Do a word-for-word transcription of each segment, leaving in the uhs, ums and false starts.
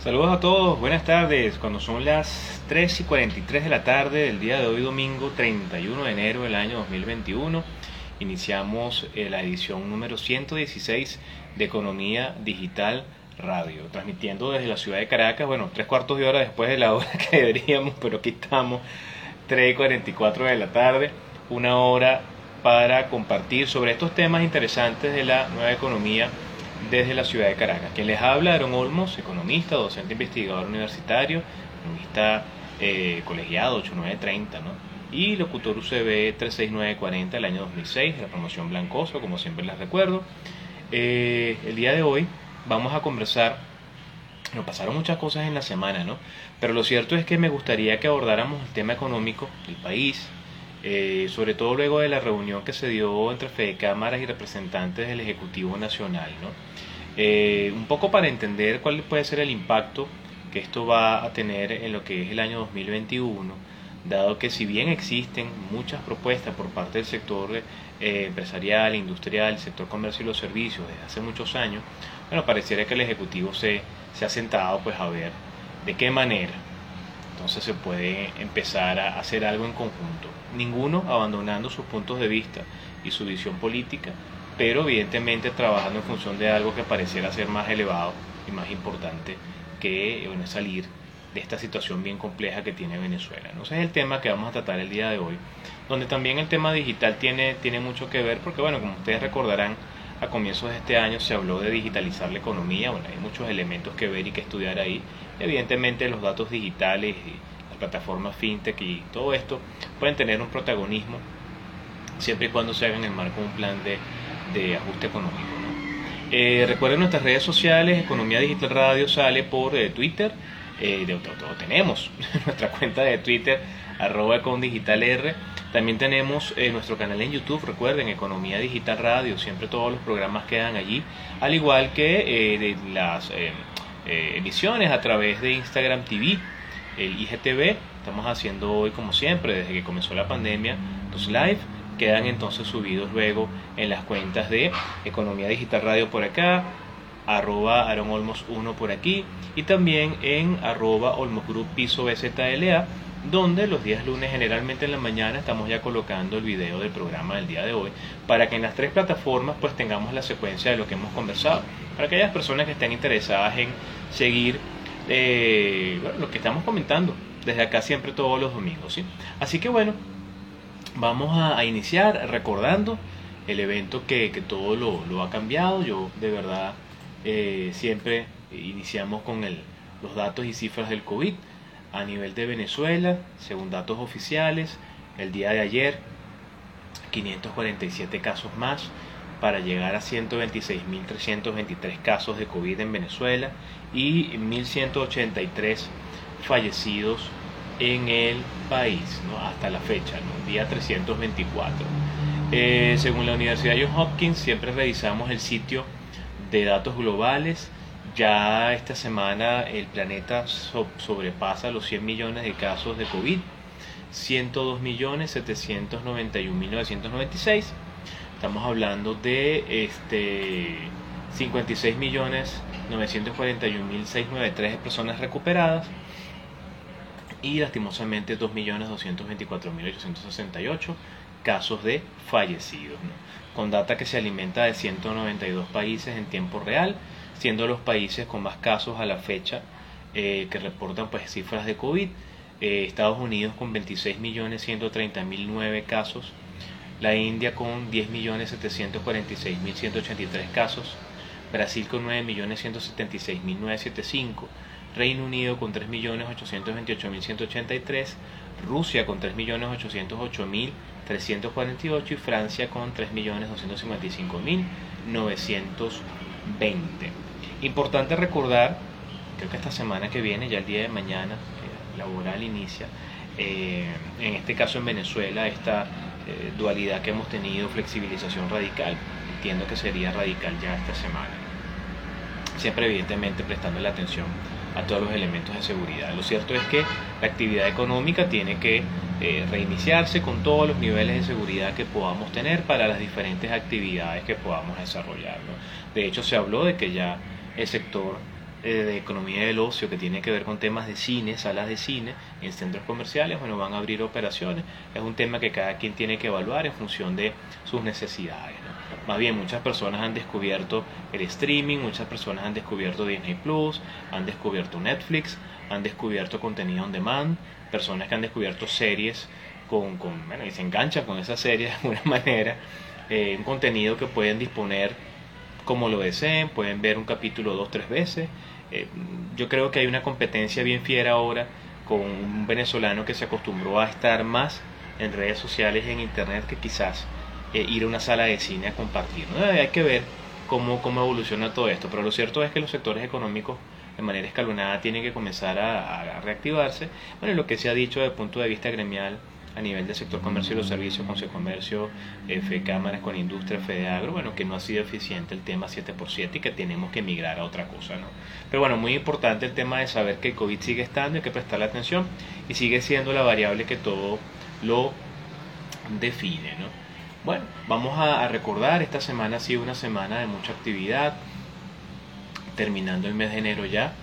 Saludos a todos, buenas tardes. Cuando son las tres y cuarenta y tres de la tarde del día de hoy, domingo treinta y uno de enero del año dos mil veintiuno, iniciamos eh, la edición número ciento dieciséis de Economía Digital Radio, transmitiendo desde la ciudad de Caracas, bueno, tres cuartos de hora después de la hora que deberíamos, pero aquí estamos, tres y cuarenta y cuatro de la tarde, una hora para compartir sobre estos temas interesantes de la nueva economía desde la ciudad de Caracas. Quien les habla, Aaron Olmos, economista, docente investigador universitario, economista eh, colegiado ocho nueve treinta, ¿no? Y locutor U C B tres seis nueve cuarenta del año dos mil seis, de la promoción Blancoso, como siempre les recuerdo. Eh, el día de hoy vamos a conversar, nos pasaron muchas cosas en la semana, ¿no? Pero lo cierto es que me gustaría que abordáramos el tema económico del país, eh, sobre todo luego de la reunión que se dio entre Fedecámaras y representantes del Ejecutivo Nacional, ¿no? Eh, un poco para entender cuál puede ser el impacto que esto va a tener en lo que es el año dos mil veintiuno, dado que si bien existen muchas propuestas por parte del sector eh, empresarial, industrial, el sector comercio y los servicios desde hace muchos años, bueno, pareciera que el Ejecutivo se, se ha sentado pues a ver de qué manera entonces se puede empezar a hacer algo en conjunto, ninguno abandonando sus puntos de vista y su visión política, pero evidentemente trabajando en función de algo que pareciera ser más elevado y más importante que bueno, salir de esta situación bien compleja que tiene Venezuela. ¿No? Ese es el tema que vamos a tratar el día de hoy, donde también el tema digital tiene, tiene mucho que ver, porque bueno, como ustedes recordarán, a comienzos de este año se habló de digitalizar la economía. Bueno, hay muchos elementos que ver y que estudiar ahí. Evidentemente los datos digitales y las plataformas fintech y todo esto pueden tener un protagonismo siempre y cuando se haga en el marco de un plan de, de ajuste económico, ¿no? Eh, recuerden nuestras redes sociales, Economía Digital Radio sale por eh, Twitter, eh, de, todo, todo tenemos nuestra cuenta de Twitter, arroba econdigitalr. También tenemos eh, nuestro canal en YouTube, recuerden, Economía Digital Radio, siempre todos los programas quedan allí, al igual que eh, de las eh, eh, emisiones a través de Instagram T V, el I G T V. Estamos haciendo hoy, como siempre, desde que comenzó la pandemia, los live, quedan entonces subidos luego en las cuentas de Economía Digital Radio por acá, arroba Aaron Olmos uno por aquí, y también en arroba Olmos Group Piso B Z L A, donde los días lunes generalmente en la mañana estamos ya colocando el video del programa del día de hoy, para que en las tres plataformas pues tengamos la secuencia de lo que hemos conversado, para aquellas personas que estén interesadas en seguir eh, bueno, lo que estamos comentando desde acá siempre todos los domingos, ¿sí? Así que bueno, vamos a, a iniciar recordando el evento que, que todo lo, lo ha cambiado. Yo de verdad eh, siempre iniciamos con el, los datos y cifras del COVID a nivel de Venezuela. Según datos oficiales, el día de ayer quinientos cuarenta y siete casos más para llegar a ciento veintiséis mil trescientos veintitrés casos de COVID en Venezuela y mil ciento ochenta y tres fallecidos en el país, ¿no? Hasta la fecha, ¿no? Día trescientos veinticuatro. Eh, según la Universidad Johns Hopkins, siempre revisamos el sitio de datos globales. Ya esta semana el planeta so sobrepasa los cien millones de casos de COVID, ciento dos millones setecientos noventa y un mil novecientos noventa y seis. Estamos hablando de este, cincuenta y seis millones novecientos cuarenta y un mil seiscientos noventa y tres personas recuperadas y lastimosamente dos millones doscientos veinticuatro mil ochocientos sesenta y ocho casos de fallecidos, ¿no? Con data que se alimenta de ciento noventa y dos países en tiempo real, siendo los países con más casos a la fecha eh, que reportan pues cifras de COVID. eh, Estados Unidos con veintiséis millones ciento treinta mil nueve casos, la India con diez millones setecientos cuarenta y seis mil ciento ochenta y tres casos, Brasil con nueve millones ciento setenta y seis mil novecientos setenta y cinco, Reino Unido con tres millones ochocientos veintiocho mil ciento ochenta y tres, Rusia con tres millones ochocientos ocho mil trescientos cuarenta y ocho y Francia con tres millones doscientos cincuenta y cinco mil novecientos veinte. Importante recordar, creo que esta semana que viene, ya el día de mañana, eh, laboral inicia, eh, en este caso en Venezuela, esta eh, dualidad que hemos tenido, flexibilización radical, entiendo que sería radical ya esta semana. Siempre evidentemente prestando la atención a todos los elementos de seguridad. Lo cierto es que la actividad económica tiene que eh, reiniciarse con todos los niveles de seguridad que podamos tener para las diferentes actividades que podamos desarrollar, ¿no? De hecho, se habló de que ya el sector eh, de economía del ocio que tiene que ver con temas de cine, salas de cine en centros comerciales, bueno, van a abrir operaciones. Es un tema que cada quien tiene que evaluar en función de sus necesidades, ¿no? Más bien, muchas personas han descubierto el streaming, muchas personas han descubierto Disney Plus, han descubierto Netflix, han descubierto contenido on demand, personas que han descubierto series con, con bueno, y se enganchan con esas series de alguna manera, eh, un contenido que pueden disponer como lo deseen, pueden ver un capítulo dos, tres veces. Eh, yo creo que hay una competencia bien fiera ahora con un venezolano que se acostumbró a estar más en redes sociales y en internet que quizás eh, ir a una sala de cine a compartir, ¿no? Hay que ver cómo, cómo evoluciona todo esto, pero lo cierto es que los sectores económicos de manera escalonada tienen que comenzar a, a reactivarse. Bueno, lo que se ha dicho desde el punto de vista gremial a nivel del sector comercio y los servicios, Consecomercio, F Cámaras con Industria, Fedeagro, bueno, que no ha sido eficiente el tema siete por siete y que tenemos que migrar a otra cosa, ¿no? Pero bueno, muy importante el tema de saber que el COVID sigue estando, hay que prestarle atención y sigue siendo la variable que todo lo define, ¿no? Bueno, vamos a, a recordar, esta semana ha sido una semana de mucha actividad, terminando el mes de enero ya.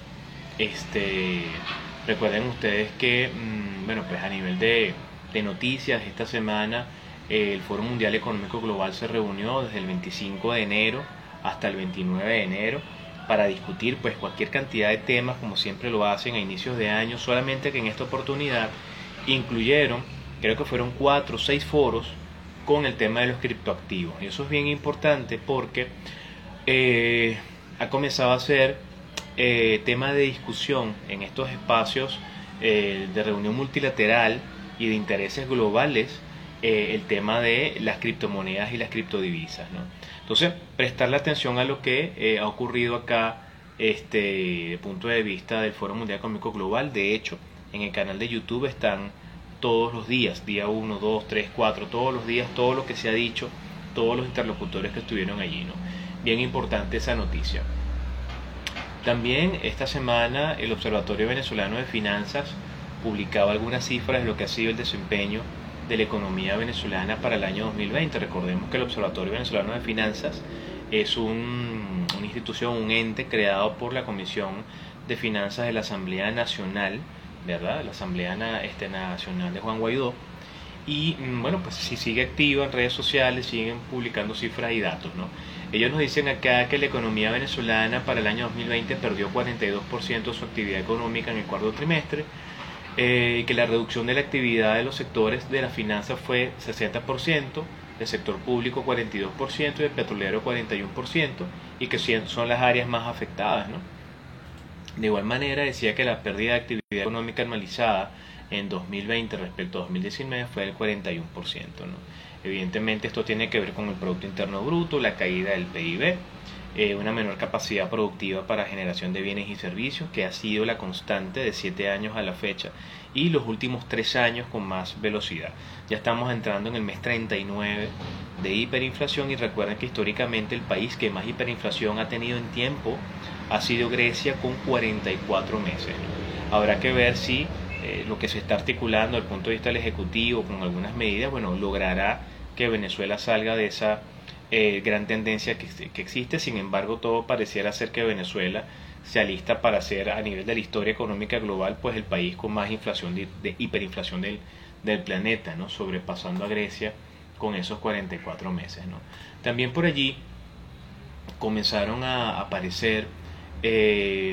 Este, recuerden ustedes que, mmm, bueno, pues a nivel de de noticias, esta semana eh, el Foro Mundial Económico Global se reunió desde el veinticinco de enero hasta el veintinueve de enero para discutir pues cualquier cantidad de temas, como siempre lo hacen a inicios de año, solamente que en esta oportunidad incluyeron, creo que fueron cuatro o seis foros con el tema de los criptoactivos. Y eso es bien importante porque eh, ha comenzado a ser eh, tema de discusión en estos espacios eh, de reunión multilateral y de intereses globales, eh, el tema de las criptomonedas y las criptodivisas, ¿no? Entonces, prestarle atención a lo que eh, ha ocurrido acá, este, desde el punto de vista del Foro Mundial Económico Global. De hecho, en el canal de YouTube están todos los días, día uno, dos, tres, cuatro, todos los días, todo lo que se ha dicho, todos los interlocutores que estuvieron allí, ¿no? Bien importante esa noticia. También esta semana el Observatorio Venezolano de Finanzas publicaba algunas cifras de lo que ha sido el desempeño de la economía venezolana para el año dos mil veinte. Recordemos que el Observatorio Venezolano de Finanzas es un, una institución, un ente creado por la Comisión de Finanzas de la Asamblea Nacional, ¿verdad? La Asamblea este, Nacional de Juan Guaidó. Y bueno, pues si sigue activa en redes sociales, siguen publicando cifras y datos, ¿no? Ellos nos dicen acá que la economía venezolana para el año dos mil veinte perdió cuarenta y dos por ciento de su actividad económica en el cuarto trimestre, eh, que la reducción de la actividad de los sectores de las finanzas fue sesenta por ciento, del sector público cuarenta y dos por ciento y del petrolero cuarenta y uno por ciento, y que son las áreas más afectadas, ¿no? De igual manera decía que la pérdida de actividad económica anualizada en dos mil veinte respecto a dos mil diecinueve fue del cuarenta y uno por ciento, ¿no? Evidentemente esto tiene que ver con el Producto Interno Bruto, la caída del P I B, eh, una menor capacidad productiva para generación de bienes y servicios, que ha sido la constante de siete años a la fecha, y los últimos tres años con más velocidad. Ya estamos entrando en el mes treinta y nueve de hiperinflación, y recuerden que históricamente el país que más hiperinflación ha tenido en tiempo ha sido Grecia, con cuarenta y cuatro meses, ¿no? Habrá que ver si eh, lo que se está articulando desde el punto de vista del Ejecutivo con algunas medidas, bueno, logrará que Venezuela salga de esa eh, gran tendencia que, que existe. Sin embargo, todo pareciera ser que Venezuela se alista para ser, a nivel de la historia económica global, pues el país con más inflación, de, de hiperinflación del, del planeta, ¿no? Sobrepasando a Grecia con esos cuarenta y cuatro meses, ¿no? También por allí comenzaron a aparecer eh,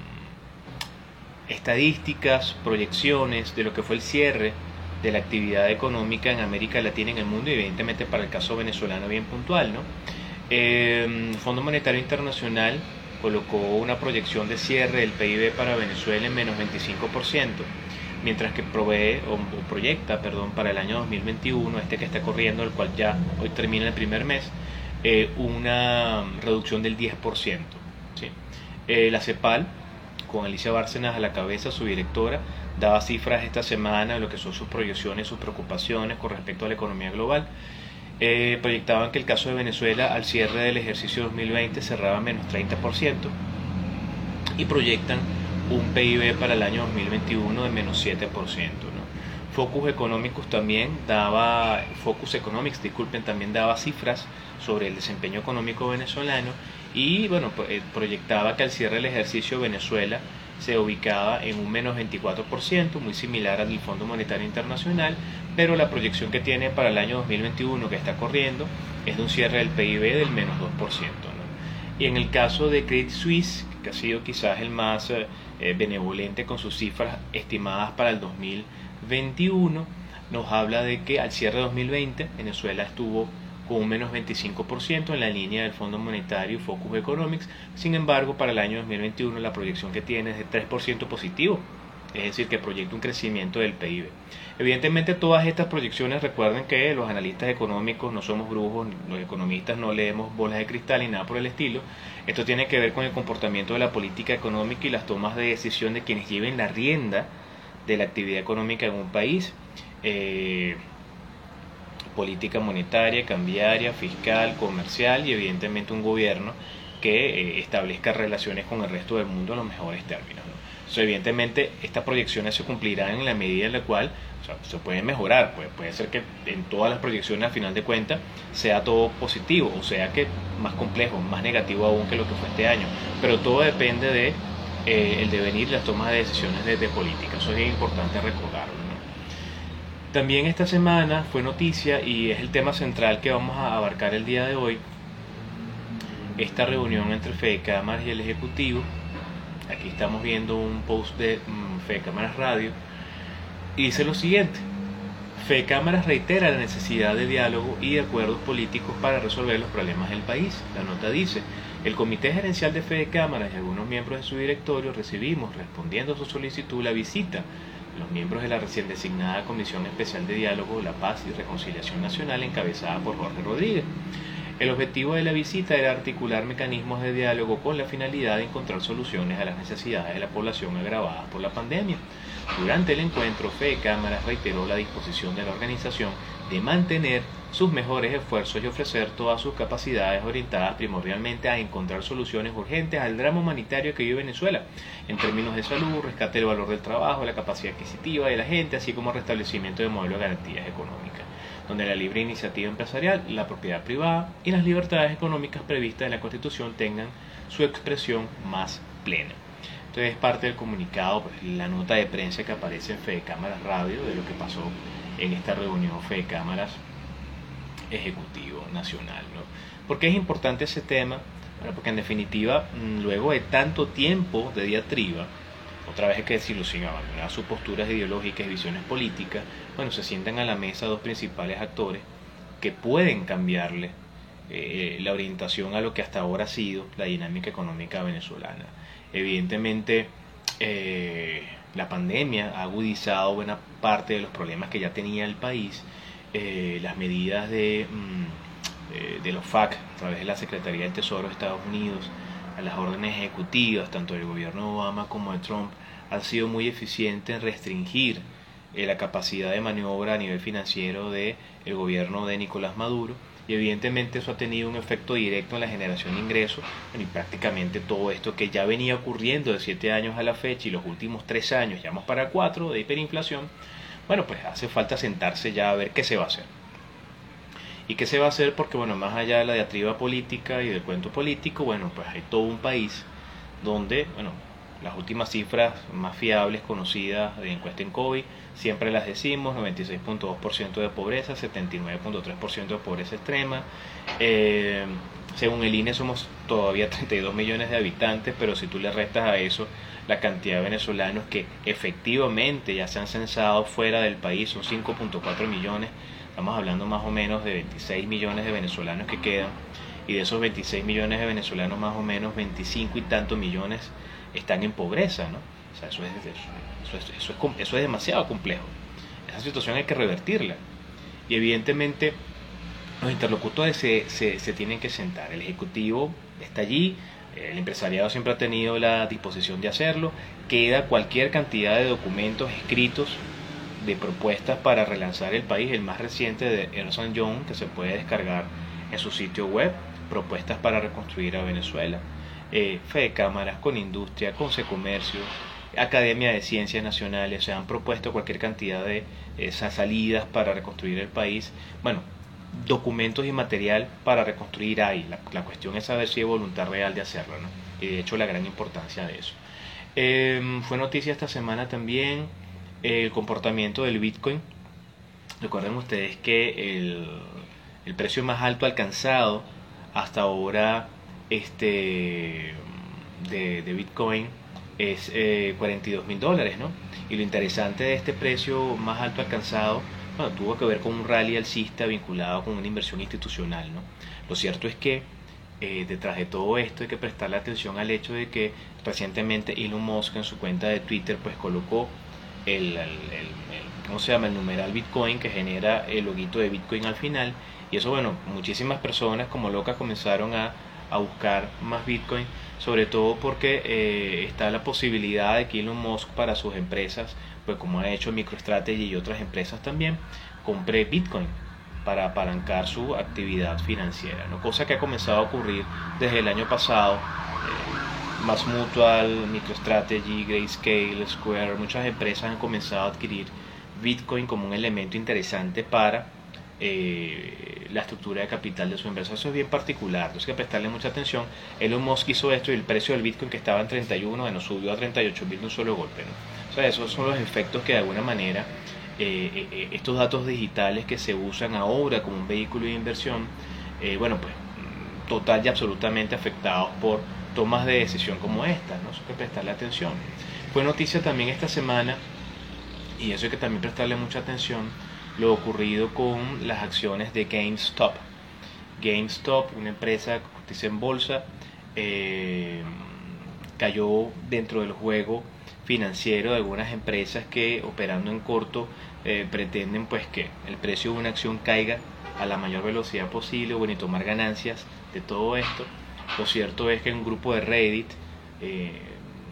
estadísticas, proyecciones de lo que fue el cierre de la actividad económica en América Latina y en el mundo, y evidentemente para el caso venezolano bien puntual, ¿no? Eh, el Fondo Monetario Internacional colocó una proyección de cierre del P I B para Venezuela en menos veinticinco por ciento, mientras que provee o, o proyecta, perdón, para el año dos mil veintiuno, este que está corriendo, el cual ya hoy termina el primer mes, eh, una reducción del diez por ciento, ¿sí? Eh, la CEPAL, con Alicia Bárcenas a la cabeza, su directora, daba cifras esta semana de lo que son sus proyecciones, sus preocupaciones con respecto a la economía global. Eh, proyectaban que el caso de Venezuela al cierre del ejercicio dos mil veinte cerraba menos treinta por ciento, y proyectan un P I B para el año dos mil veintiuno de menos siete por ciento, ¿no? Focus Economics también daba, Focus Economics, disculpen, también daba cifras sobre el desempeño económico venezolano, y bueno, proyectaba que al cierre del ejercicio Venezuela se ubicaba en un menos veinticuatro por ciento, muy similar al del Fondo Monetario Internacional, pero la proyección que tiene para el año dos mil veintiuno que está corriendo es de un cierre del P I B del menos dos por ciento, ¿no? Y en el caso de Credit Suisse, que ha sido quizás el más eh, benevolente con sus cifras estimadas para el dos mil veintiuno, nos habla de que al cierre de dos mil veinte Venezuela estuvo con un menos veinticinco por ciento en la línea del Fondo Monetario Focus Economics. Sin embargo, para el año dos mil veintiuno la proyección que tiene es de tres por ciento positivo, es decir, que proyecta un crecimiento del P I B. Evidentemente todas estas proyecciones, recuerden que los analistas económicos no somos brujos, los economistas no leemos bolas de cristal ni nada por el estilo. Esto tiene que ver con el comportamiento de la política económica y las tomas de decisión de quienes lleven la rienda de la actividad económica en un país. Eh, política monetaria, cambiaria, fiscal, comercial y evidentemente un gobierno que eh, establezca relaciones con el resto del mundo en los mejores términos, ¿no? O sea, evidentemente estas proyecciones se cumplirán en la medida en la cual, o sea, se pueden mejorar, puede, puede ser que en todas las proyecciones al final de cuentas sea todo positivo, o sea que más complejo, más negativo aún que lo que fue este año, pero todo depende de eh, el devenir y las tomas de decisiones de, de política, eso es importante recordarlo, ¿no? También esta semana fue noticia y es el tema central que vamos a abarcar el día de hoy, esta reunión entre Fedecámaras y el Ejecutivo. Aquí estamos viendo un post de um, Fedecámaras Radio y dice lo siguiente: Fedecámaras reitera la necesidad de diálogo y de acuerdos políticos para resolver los problemas del país. La nota dice: el Comité Gerencial de Fedecámaras y algunos miembros de su directorio recibimos, respondiendo a su solicitud, la visita de los miembros de la recién designada Comisión Especial de Diálogo, la Paz y Reconciliación Nacional encabezada por Jorge Rodríguez. El objetivo de la visita era articular mecanismos de diálogo con la finalidad de encontrar soluciones a las necesidades de la población agravadas por la pandemia. Durante el encuentro, Fedecámaras reiteró la disposición de la organización de mantener sus mejores esfuerzos y ofrecer todas sus capacidades orientadas primordialmente a encontrar soluciones urgentes al drama humanitario que vive Venezuela, en términos de salud, rescate del valor del trabajo, la capacidad adquisitiva de la gente, así como restablecimiento de modelo de garantías económicas, donde la libre iniciativa empresarial, la propiedad privada y las libertades económicas previstas en la Constitución tengan su expresión más plena. Entonces es parte del comunicado, pues, la nota de prensa que aparece en Fedecámaras Radio de lo que pasó en esta reunión Fedecámaras Ejecutivo Nacional, ¿no? ¿Por qué es importante ese tema? Bueno, porque en definitiva, luego de tanto tiempo de diatriba, otra vez hay que decirlo sin abandonar sus posturas ideológicas y visiones políticas, bueno, se sientan a la mesa dos principales actores que pueden cambiarle eh, la orientación a lo que hasta ahora ha sido la dinámica económica venezolana. Evidentemente, eh, la pandemia ha agudizado buena parte de los problemas que ya tenía el país. Eh, las medidas de, mm, eh, de los F A C a través de la Secretaría del Tesoro de Estados Unidos, a las órdenes ejecutivas tanto del gobierno de Obama como de Trump, han sido muy eficientes en restringir eh, la capacidad de maniobra a nivel financiero del gobierno de Nicolás Maduro, y evidentemente eso ha tenido un efecto directo en la generación de ingresos. Bueno, y prácticamente todo esto que ya venía ocurriendo de siete años a la fecha y los últimos tres años, ya vamos para cuatro de hiperinflación. Bueno, pues hace falta sentarse ya a ver qué se va a hacer. ¿Y qué se va a hacer? Porque, bueno, más allá de la diatriba política y del cuento político, bueno, pues hay todo un país donde, bueno, las últimas cifras más fiables conocidas de encuesta en COVID, siempre las decimos: noventa y seis punto dos por ciento de pobreza, setenta y nueve punto tres por ciento de pobreza extrema. Eh, según el I N E somos todavía treinta y dos millones de habitantes, pero si tú le restas a eso la cantidad de venezolanos que efectivamente ya se han censado fuera del país, son cinco punto cuatro millones, estamos hablando más o menos de veintiséis millones de venezolanos que quedan, y de esos veintiséis millones de venezolanos más o menos veinticinco y tantos millones están en pobreza, ¿no? O sea, eso es, eso es, eso es, eso es demasiado complejo. Esa situación hay que revertirla, y evidentemente los interlocutores se, se, se tienen que sentar. El Ejecutivo está allí, el empresariado siempre ha tenido la disposición de hacerlo, queda cualquier cantidad de documentos escritos de propuestas para relanzar el país, el más reciente de Ernst and Young, que se puede descargar en su sitio web, propuestas para reconstruir a Venezuela, eh, Fedecámaras, con Industria, con Secomercio, Academia de Ciencias Nacionales, se han propuesto cualquier cantidad de esas salidas para reconstruir el país. Bueno, documentos y material para reconstruir ahí. La, la cuestión es saber si hay voluntad real de hacerlo, ¿no? Y de hecho la gran importancia de eso. Eh, fue noticia esta semana también eh, el comportamiento del Bitcoin. Recuerden ustedes que el, el precio más alto alcanzado hasta ahora este, de, de Bitcoin es eh, cuarenta y dos mil dólares, ¿no? Y lo interesante de este precio más alto alcanzado, bueno, tuvo que ver con un rally alcista vinculado con una inversión institucional, ¿no? Lo cierto es que eh, detrás de todo esto hay que prestarle atención al hecho de que recientemente Elon Musk en su cuenta de Twitter pues colocó el, el, el, el ¿cómo se llama? El numeral Bitcoin que genera el loguito de Bitcoin al final, y eso, bueno, muchísimas personas como locas comenzaron a, a buscar más Bitcoin, sobre todo porque eh, está la posibilidad de que Elon Musk para sus empresas, pues como ha hecho MicroStrategy y otras empresas también, compre Bitcoin para apalancar su actividad financiera, ¿no? Cosa que ha comenzado a ocurrir desde el año pasado. eh, Mass Mutual, MicroStrategy, Grayscale, Square, muchas empresas han comenzado a adquirir Bitcoin como un elemento interesante para eh, la estructura de capital de su empresa. Eso es bien particular, entonces hay que prestarle mucha atención. Elon Musk hizo esto y el precio del Bitcoin, que estaba en treinta y uno, bueno, subió a treinta y ocho mil de un solo golpe, ¿no? O sea, esos son los efectos que de alguna manera eh, eh, estos datos digitales que se usan ahora como un vehículo de inversión, eh, bueno, pues total y absolutamente afectados por tomas de decisión como esta, ¿no? Eso hay que prestarle atención. Fue noticia también esta semana, y eso hay que también prestarle mucha atención, lo ocurrido con las acciones de GameStop. GameStop, una empresa que cotiza en bolsa, eh, cayó dentro del juego financiero de algunas empresas que, operando en corto, eh, pretenden pues que el precio de una acción caiga a la mayor velocidad posible, bueno, y tomar ganancias de todo esto. Lo cierto es que un grupo de Reddit, eh,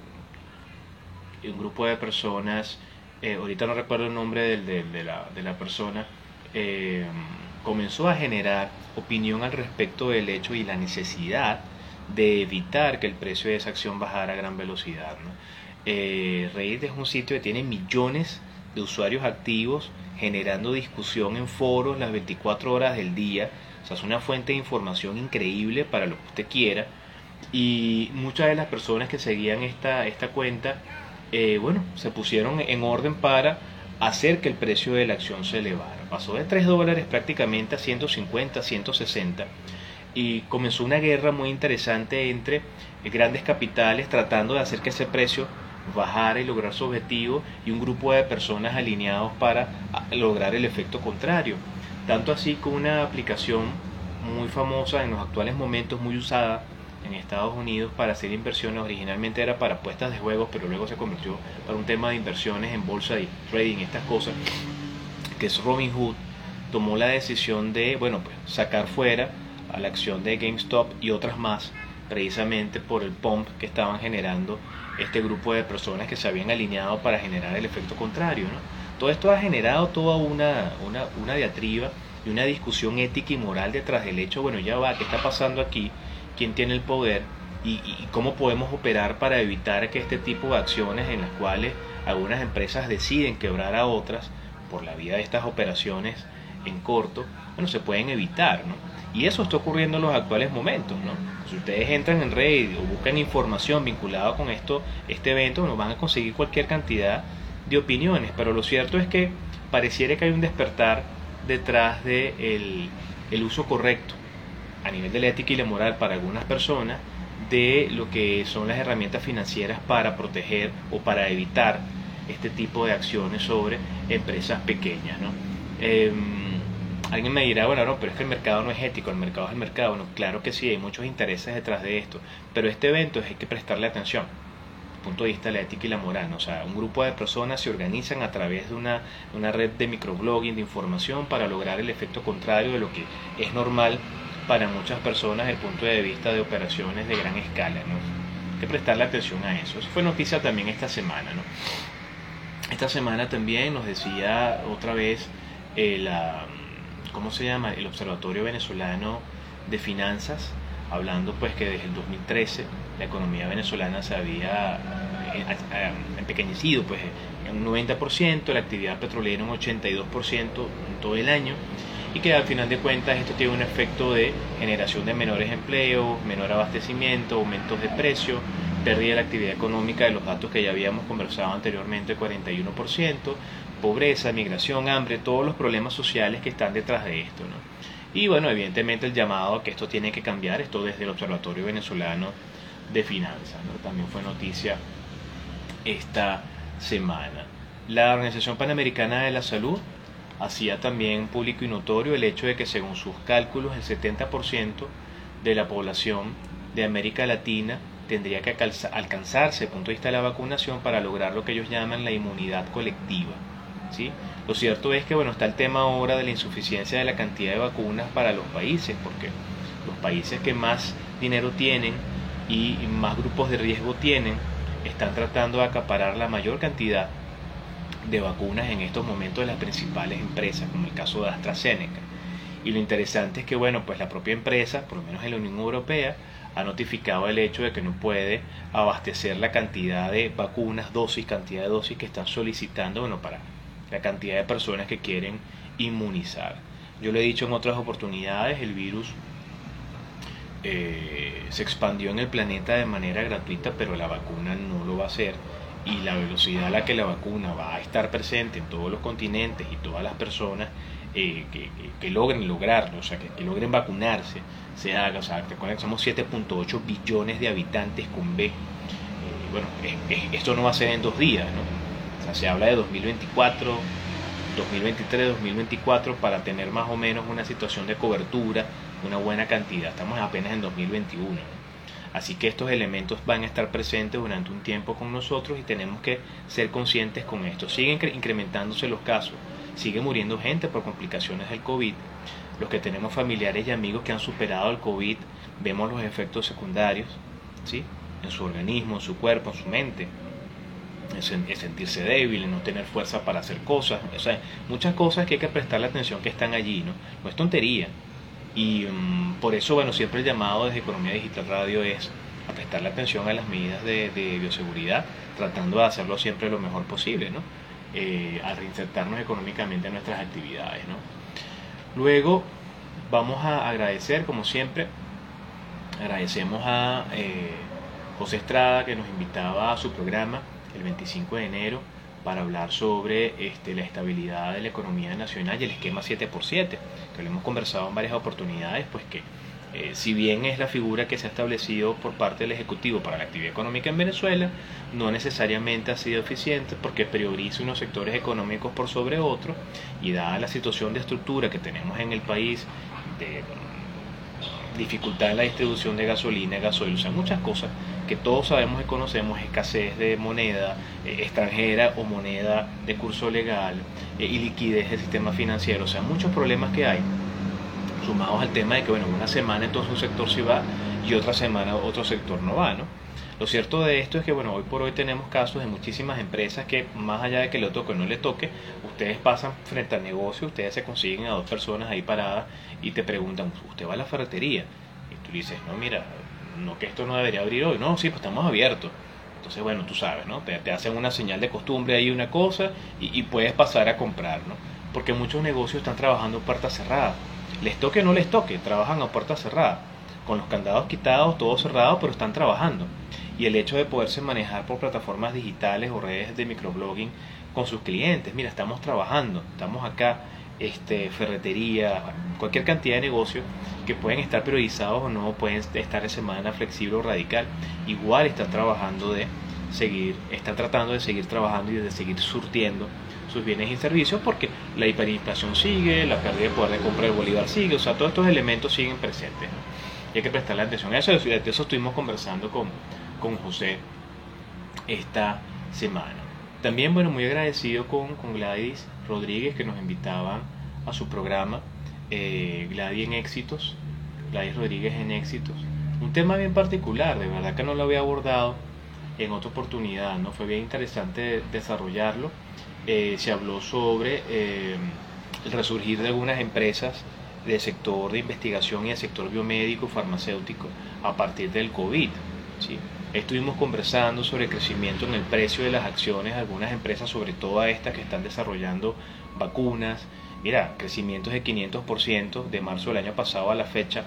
un grupo de personas, eh, ahorita no recuerdo el nombre de, de, de, la, de la persona, eh, comenzó a generar opinión al respecto del hecho y la necesidad de evitar que el precio de esa acción bajara a gran velocidad, ¿no? Eh, Reddit es un sitio que tiene millones de usuarios activos generando discusión en foros las veinticuatro horas del día. O sea, es una fuente de información increíble para lo que usted quiera, y muchas de las personas que seguían esta, esta cuenta eh, bueno, se pusieron en orden para hacer que el precio de la acción se elevara. Pasó de tres dólares prácticamente a ciento cincuenta, ciento sesenta, y comenzó una guerra muy interesante entre grandes capitales tratando de hacer que ese precio bajara y lograr su objetivo, y un grupo de personas alineados para lograr el efecto contrario. Tanto así que una aplicación muy famosa en los actuales momentos, muy usada en Estados Unidos para hacer inversiones, originalmente era para apuestas de juegos, pero luego se convirtió para un tema de inversiones en bolsa y trading, estas cosas, que es Robinhood, tomó la decisión de, bueno, pues sacar fuera a la acción de GameStop y otras más, precisamente por el pump que estaban generando este grupo de personas que se habían alineado para generar el efecto contrario, ¿no? Todo esto ha generado toda una, una, una diatriba y una discusión ética y moral detrás del hecho, bueno, ya va, ¿qué está pasando aquí? ¿Quién tiene el poder? Y, y cómo podemos operar para evitar que este tipo de acciones en las cuales algunas empresas deciden quebrar a otras por la vía de estas operaciones en corto, bueno, se pueden evitar, ¿no? Y eso está ocurriendo en los actuales momentos, ¿no? Si ustedes entran en Reddit o buscan información vinculada con esto, este evento, bueno, van a conseguir cualquier cantidad de opiniones, pero lo cierto es que pareciera que hay un despertar detrás de el, el uso correcto a nivel de la ética y la moral para algunas personas de lo que son las herramientas financieras para proteger o para evitar este tipo de acciones sobre empresas pequeñas, ¿no? Eh, alguien me dirá, bueno, no, pero es que el mercado no es ético, el mercado es el mercado. Bueno, claro que sí, hay muchos intereses detrás de esto, pero este evento hay que prestarle atención desde el punto de vista de la ética y la moral, ¿no? O sea, un grupo de personas se organizan a través de una, una red de microblogging, de información, para lograr el efecto contrario de lo que es normal para muchas personas desde el punto de vista de operaciones de gran escala, ¿no? Hay que prestarle atención a eso. Eso fue noticia también esta semana, ¿no? Esta semana también nos decía otra vez eh, la, ¿cómo se llama? El Observatorio Venezolano de Finanzas, hablando pues que desde el dos mil trece la economía venezolana se había eh, eh, empequeñecido pues en un noventa por ciento, la actividad petrolera un ochenta y dos por ciento en todo el año, y que al final de cuentas esto tiene un efecto de generación de menores empleos, menor abastecimiento, aumentos de precios, pérdida de la actividad económica de los datos que ya habíamos conversado anteriormente, cuarenta y uno por ciento, pobreza, migración, hambre, todos los problemas sociales que están detrás de esto, ¿no? Y bueno, evidentemente el llamado a que esto tiene que cambiar, esto desde el Observatorio Venezolano de Finanzas, ¿no? También fue noticia esta semana. La Organización Panamericana de la Salud hacía también público y notorio el hecho de que según sus cálculos el setenta por ciento de la población de América Latina tendría que alcanzarse desde el punto de vista de la vacunación para lograr lo que ellos llaman la inmunidad colectiva, ¿sí? Lo cierto es que bueno, está el tema ahora de la insuficiencia de la cantidad de vacunas para los países, porque los países que más dinero tienen y más grupos de riesgo tienen están tratando de acaparar la mayor cantidad de vacunas en estos momentos de las principales empresas, como el caso de AstraZeneca. Y lo interesante es que bueno, pues la propia empresa, por lo menos en la Unión Europea, ha notificado el hecho de que no puede abastecer la cantidad de vacunas, dosis, cantidad de dosis que están solicitando, bueno, para la cantidad de personas que quieren inmunizar. Yo lo he dicho en otras oportunidades, el virus eh, se expandió en el planeta de manera gratuita, pero la vacuna no lo va a hacer, y la velocidad a la que la vacuna va a estar presente en todos los continentes y todas las personas eh, que, que, que logren lograrlo, o sea, que, que logren vacunarse, se haga. O sea, te acuerdas que somos siete punto ocho billones de habitantes con B. Eh, bueno, es, es, esto no va a ser en dos días, ¿no? O sea, se habla de dos mil veinticuatro, dos mil veintitrés, dos mil veinticuatro para tener más o menos una situación de cobertura, una buena cantidad. Estamos apenas en dos mil veintiuno, ¿no? Así que estos elementos van a estar presentes durante un tiempo con nosotros y tenemos que ser conscientes con esto. Siguen incrementándose los casos, sigue muriendo gente por complicaciones del COVID. Los que tenemos familiares y amigos que han superado el COVID, vemos los efectos secundarios, ¿sí? En su organismo, en su cuerpo, en su mente. En sentirse débil, en no tener fuerza para hacer cosas. O sea, muchas cosas que hay que prestarle atención que están allí, ¿no? No es tontería. Y um, por eso, bueno, siempre el llamado desde Economía Digital Radio es a prestarle atención a las medidas de, de bioseguridad, tratando de hacerlo siempre lo mejor posible, ¿no? Eh, a reinsertarnos económicamente en nuestras actividades, ¿no? Luego vamos a agradecer, como siempre, agradecemos a eh, José Estrada, que nos invitaba a su programa el veinticinco de enero para hablar sobre este, la estabilidad de la economía nacional y el esquema siete por siete, que lo hemos conversado en varias oportunidades, pues que eh, si bien es la figura que se ha establecido por parte del Ejecutivo para la actividad económica en Venezuela, no necesariamente ha sido eficiente porque prioriza unos sectores económicos por sobre otros, y dada la situación de estructura que tenemos en el país, de dificultad en la distribución de gasolina, gasoil, o sea, muchas cosas que todos sabemos y conocemos, escasez de moneda eh, extranjera o moneda de curso legal eh, y liquidez del sistema financiero, o sea, muchos problemas que hay, sumados al tema de que, bueno, una semana entonces un sector sí va y otra semana otro sector no va, ¿no? Lo cierto de esto es que, bueno, hoy por hoy tenemos casos de muchísimas empresas que, más allá de que le toque o no le toque, ustedes pasan frente al negocio, ustedes se consiguen a dos personas ahí paradas y te preguntan, ¿usted va a la ferretería? Y tú dices, no, mira, no, que esto no debería abrir hoy. No, sí, pues estamos abiertos. Entonces, bueno, tú sabes, ¿no? Te, te hacen una señal de costumbre ahí, una cosa, y, y puedes pasar a comprar, ¿no? Porque muchos negocios están trabajando a puertas cerradas. Les toque o no les toque, trabajan a puertas cerradas, con los candados quitados, todo cerrado, pero están trabajando. Y el hecho de poderse manejar por plataformas digitales o redes de microblogging con sus clientes, mira, estamos trabajando, estamos acá, este, ferretería, cualquier cantidad de negocios que pueden estar priorizados o no, pueden estar de semana flexible o radical, igual están trabajando de seguir, están tratando de seguir trabajando y de seguir surtiendo sus bienes y servicios, porque la hiperinflación sigue, la pérdida de poder de compra del bolívar sigue, o sea, todos estos elementos siguen presentes, ¿no? Y hay que prestarle atención a eso. De eso estuvimos conversando con, con José esta semana. También, bueno, muy agradecido con, con Gladys Rodríguez, que nos invitaba a su programa, eh, Gladys en Éxitos, Gladys Rodríguez en Éxitos. Un tema bien particular, de verdad que no lo había abordado en otra oportunidad, ¿no? Fue bien interesante desarrollarlo. Eh, se habló sobre eh, el resurgir de algunas empresas del sector de investigación y del sector biomédico, farmacéutico, a partir del COVID, ¿sí? Estuvimos conversando sobre el crecimiento en el precio de las acciones de algunas empresas, sobre todo a estas que están desarrollando vacunas, mira, crecimientos de quinientos por ciento de marzo del año pasado a la fecha.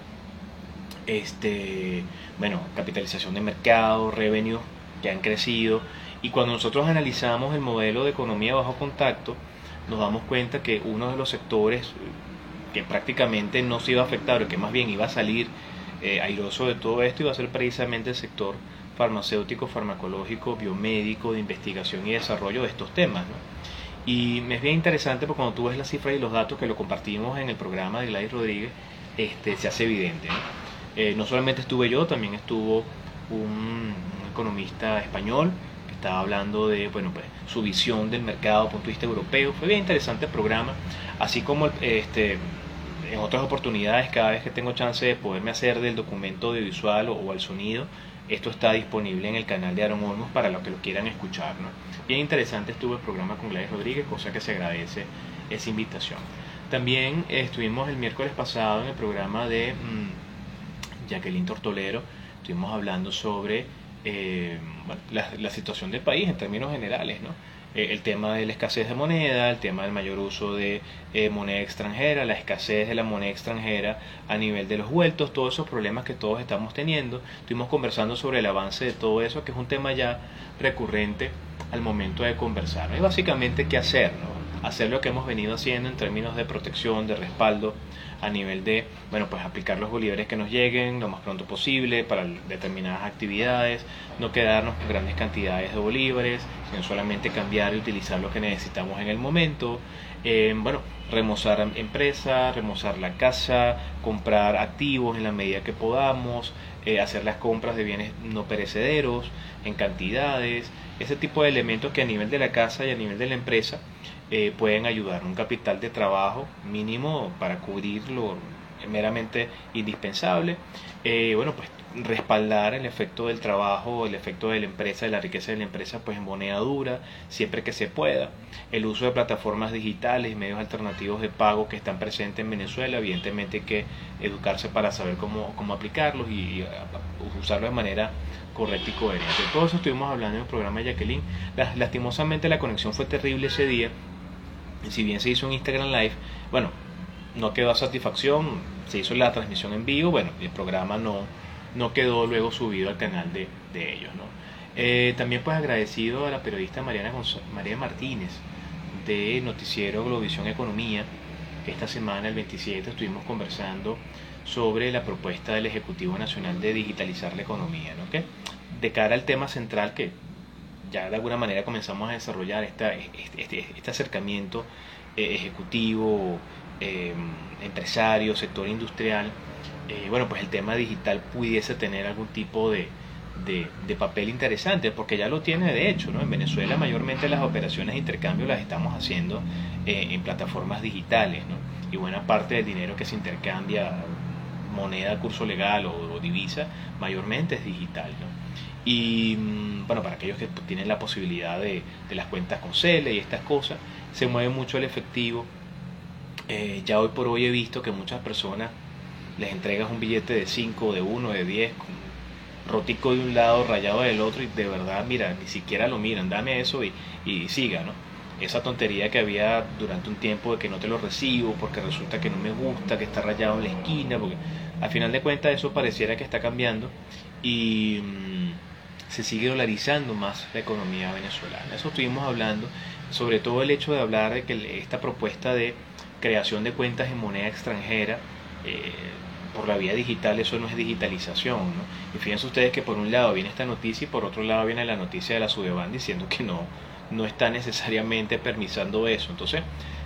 Este, bueno, capitalización de mercado, revenue que han crecido. Y cuando nosotros analizamos el modelo de economía bajo contacto, nos damos cuenta que uno de los sectores que prácticamente no se iba a afectar, o que más bien iba a salir eh, airoso de todo esto, iba a ser precisamente el sector farmacéutico, farmacológico, biomédico, de investigación y desarrollo de estos temas, ¿no? Y es bien interesante porque cuando tú ves las cifras y los datos que lo compartimos en el programa de Gladys Rodríguez, este, se hace evidente, ¿no? Eh, no solamente estuve yo, también estuvo un, un economista español que estaba hablando de, bueno, pues, su visión del mercado desde el punto de vista europeo. Fue bien interesante el programa, así como este, en otras oportunidades, cada vez que tengo chance de poderme hacer del documento audiovisual o, o al sonido, esto está disponible en el canal de Aaron Olmos para los que lo quieran escuchar, ¿no? Bien interesante estuvo el programa con Gladys Rodríguez, cosa que se agradece esa invitación. También eh, estuvimos el miércoles pasado en el programa de mmm, Jacqueline Tortolero. Estuvimos hablando sobre eh, bueno, la, la situación del país en términos generales, ¿no? Eh, el tema de la escasez de moneda, el tema del mayor uso de eh, moneda extranjera, la escasez de la moneda extranjera a nivel de los vueltos, todos esos problemas que todos estamos teniendo. Estuvimos conversando sobre el avance de todo eso, que es un tema ya recurrente al momento de conversar, ¿no? Y básicamente qué hacer, ¿no? Hacer lo que hemos venido haciendo en términos de protección, de respaldo, a nivel de, bueno, pues aplicar los bolívares que nos lleguen lo más pronto posible para determinadas actividades, no quedarnos con grandes cantidades de bolívares, sino solamente cambiar y utilizar lo que necesitamos en el momento. Eh, bueno, remozar empresas, remozar la casa, comprar activos en la medida que podamos, eh, hacer las compras de bienes no perecederos en cantidades, ese tipo de elementos que a nivel de la casa y a nivel de la empresa eh, pueden ayudar, un capital de trabajo mínimo para cubrir lo meramente indispensable. Eh, bueno, pues respaldar el efecto del trabajo, el efecto de la empresa, de la riqueza de la empresa, pues en moneda dura, siempre que se pueda. El uso de plataformas digitales y medios alternativos de pago que están presentes en Venezuela, evidentemente hay que educarse para saber cómo, cómo aplicarlos y usarlos de manera correcta y coherente. De todo eso estuvimos hablando en el programa de Jacqueline. Lastimosamente la conexión fue terrible ese día, si bien se hizo un Instagram Live, bueno, no quedó a satisfacción, se hizo la transmisión en vivo, bueno, el programa no, no quedó luego subido al canal de, de ellos, ¿no? Eh, también pues agradecido a la periodista Mariana Gonz- María Martínez de Noticiero Globovisión Economía, que esta semana, el veintisiete, estuvimos conversando sobre la propuesta del Ejecutivo Nacional de digitalizar la economía, ¿no? Que de cara al tema central que ya de alguna manera comenzamos a desarrollar esta, este, este, este acercamiento eh, ejecutivo, eh, empresario, sector industrial, eh, bueno, pues el tema digital pudiese tener algún tipo de, de, de papel interesante, porque ya lo tiene de hecho, ¿no? En Venezuela mayormente las operaciones de intercambio las estamos haciendo eh, en plataformas digitales, ¿no? Y buena parte del dinero que se intercambia, moneda, curso legal o, o divisa, mayormente es digital, ¿no? Y bueno, para aquellos que tienen la posibilidad de, de las cuentas con Cele y estas cosas, se mueve mucho el efectivo. Eh, ya hoy por hoy he visto que muchas personas les entregas un billete de cinco, de uno, de diez, con rotico de un lado, rayado del otro, y de verdad, mira, ni siquiera lo miran, dame eso y, y siga, ¿no? Esa tontería que había durante un tiempo de que no te lo recibo porque resulta que no me gusta, que está rayado en la esquina, porque al final de cuentas eso pareciera que está cambiando y mmm, se sigue dolarizando más la economía venezolana. Eso estuvimos hablando, sobre todo el hecho de hablar de que esta propuesta de creación de cuentas en moneda extranjera eh, por la vía digital, eso no es digitalización, ¿no? Y fíjense ustedes que por un lado viene esta noticia y por otro lado viene la noticia de la Sudeban diciendo que no, no está necesariamente permisando eso. Entonces,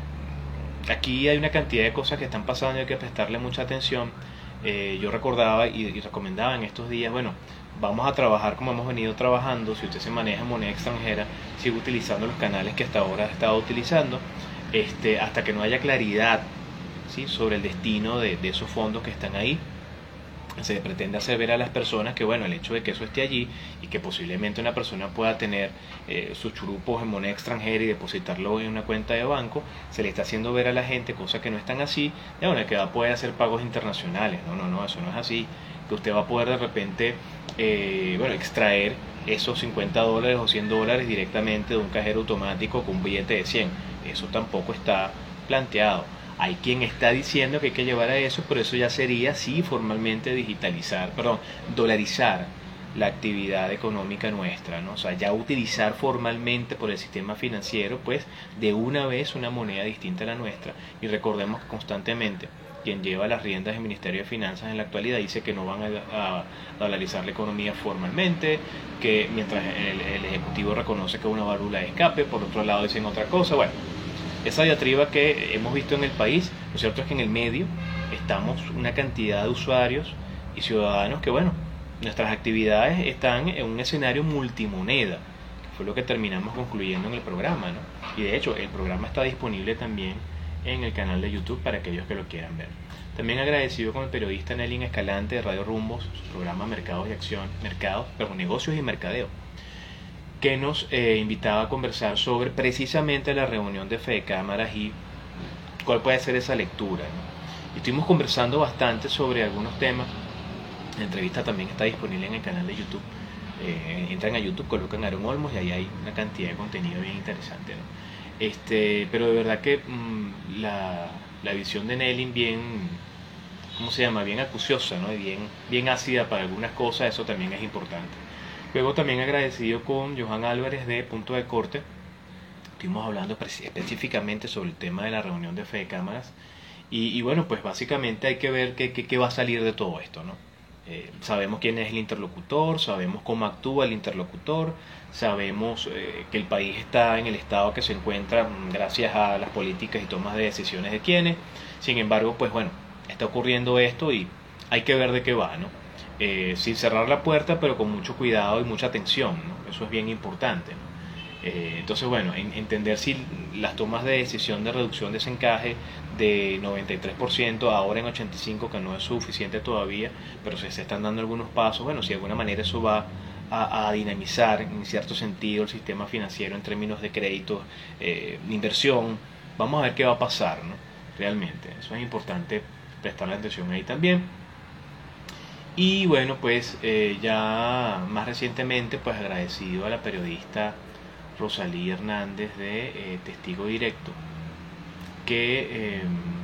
aquí hay una cantidad de cosas que están pasando y hay que prestarle mucha atención. Eh, yo recordaba y, y recomendaba en estos días, bueno, vamos a trabajar como hemos venido trabajando. Si usted se maneja en moneda extranjera, sigue utilizando los canales que hasta ahora ha estado utilizando, este, hasta que no haya claridad, ¿sí?, sobre el destino de, de esos fondos que están ahí. Se pretende hacer ver a las personas que, bueno, el hecho de que eso esté allí y que posiblemente una persona pueda tener eh, sus churupos en moneda extranjera y depositarlo en una cuenta de banco, se le está haciendo ver a la gente cosas que no están así. Ya, bueno, que va a poder hacer pagos internacionales. No, no, no, eso no es así. Que usted va a poder de repente, eh, bueno, extraer esos cincuenta dólares o cien dólares directamente de un cajero automático con un billete de cien. Eso tampoco está planteado. Hay quien está diciendo que hay que llevar a eso, pero eso ya sería, sí, formalmente digitalizar, perdón, dolarizar la actividad económica nuestra, ¿no? O sea, ya utilizar formalmente por el sistema financiero, pues, de una vez una moneda distinta a la nuestra. Y recordemos que constantemente quien lleva las riendas del Ministerio de Finanzas en la actualidad dice que no van a, a dolarizar la economía formalmente, que mientras el, el Ejecutivo reconoce que es una válvula de escape, por otro lado dicen otra cosa. Bueno, esa diatriba que hemos visto en el país, lo cierto es que en el medio estamos una cantidad de usuarios y ciudadanos que, bueno, nuestras actividades están en un escenario multimoneda, que fue lo que terminamos concluyendo en el programa, ¿no? Y de hecho, el programa está disponible también en el canal de YouTube para aquellos que lo quieran ver. También agradecido con el periodista Nelly Escalante de Radio Rumbos, su programa Mercados y Acción, Mercados, pero Negocios y Mercadeo, que nos eh, invitaba a conversar sobre precisamente la reunión de Fedecámaras y cuál puede ser esa lectura, ¿no? Y estuvimos conversando bastante sobre algunos temas. La entrevista también está disponible en el canal de YouTube. Eh, entran a YouTube, colocan Aaron Olmos y ahí hay una cantidad de contenido bien interesante, ¿no? Este, pero de verdad que mmm, la, la visión de Nelly bien, ¿cómo se llama? Bien acuciosa, ¿no? Y bien, bien ácida para algunas cosas, eso también es importante. Luego también agradecido con Johan Álvarez de Punto de Corte. Estuvimos hablando específicamente sobre el tema de la reunión de Fedecámaras. Y, y bueno, pues básicamente hay que ver qué, qué, qué va a salir de todo esto, ¿no? Eh, sabemos quién es el interlocutor, sabemos cómo actúa el interlocutor, sabemos eh, que el país está en el estado que se encuentra gracias a las políticas y tomas de decisiones de quienes. Sin embargo, pues bueno, está ocurriendo esto y hay que ver de qué va, ¿no? Eh, sin cerrar la puerta, pero con mucho cuidado y mucha atención, ¿no? Eso es bien importante, ¿no? Eh, entonces, bueno, en, entender si las tomas de decisión de reducción de ese encaje de noventa y tres por ciento ahora en ochenta y cinco por ciento, que no es suficiente todavía, pero se, se están dando algunos pasos, bueno, si de alguna manera eso va a, a dinamizar en cierto sentido el sistema financiero en términos de créditos, eh, inversión, vamos a ver qué va a pasar, ¿no? Realmente, eso es importante prestarle atención ahí también. Y bueno, pues eh, ya más recientemente, pues agradecido a la periodista Rosalí Hernández de eh, Testigo Directo, que eh,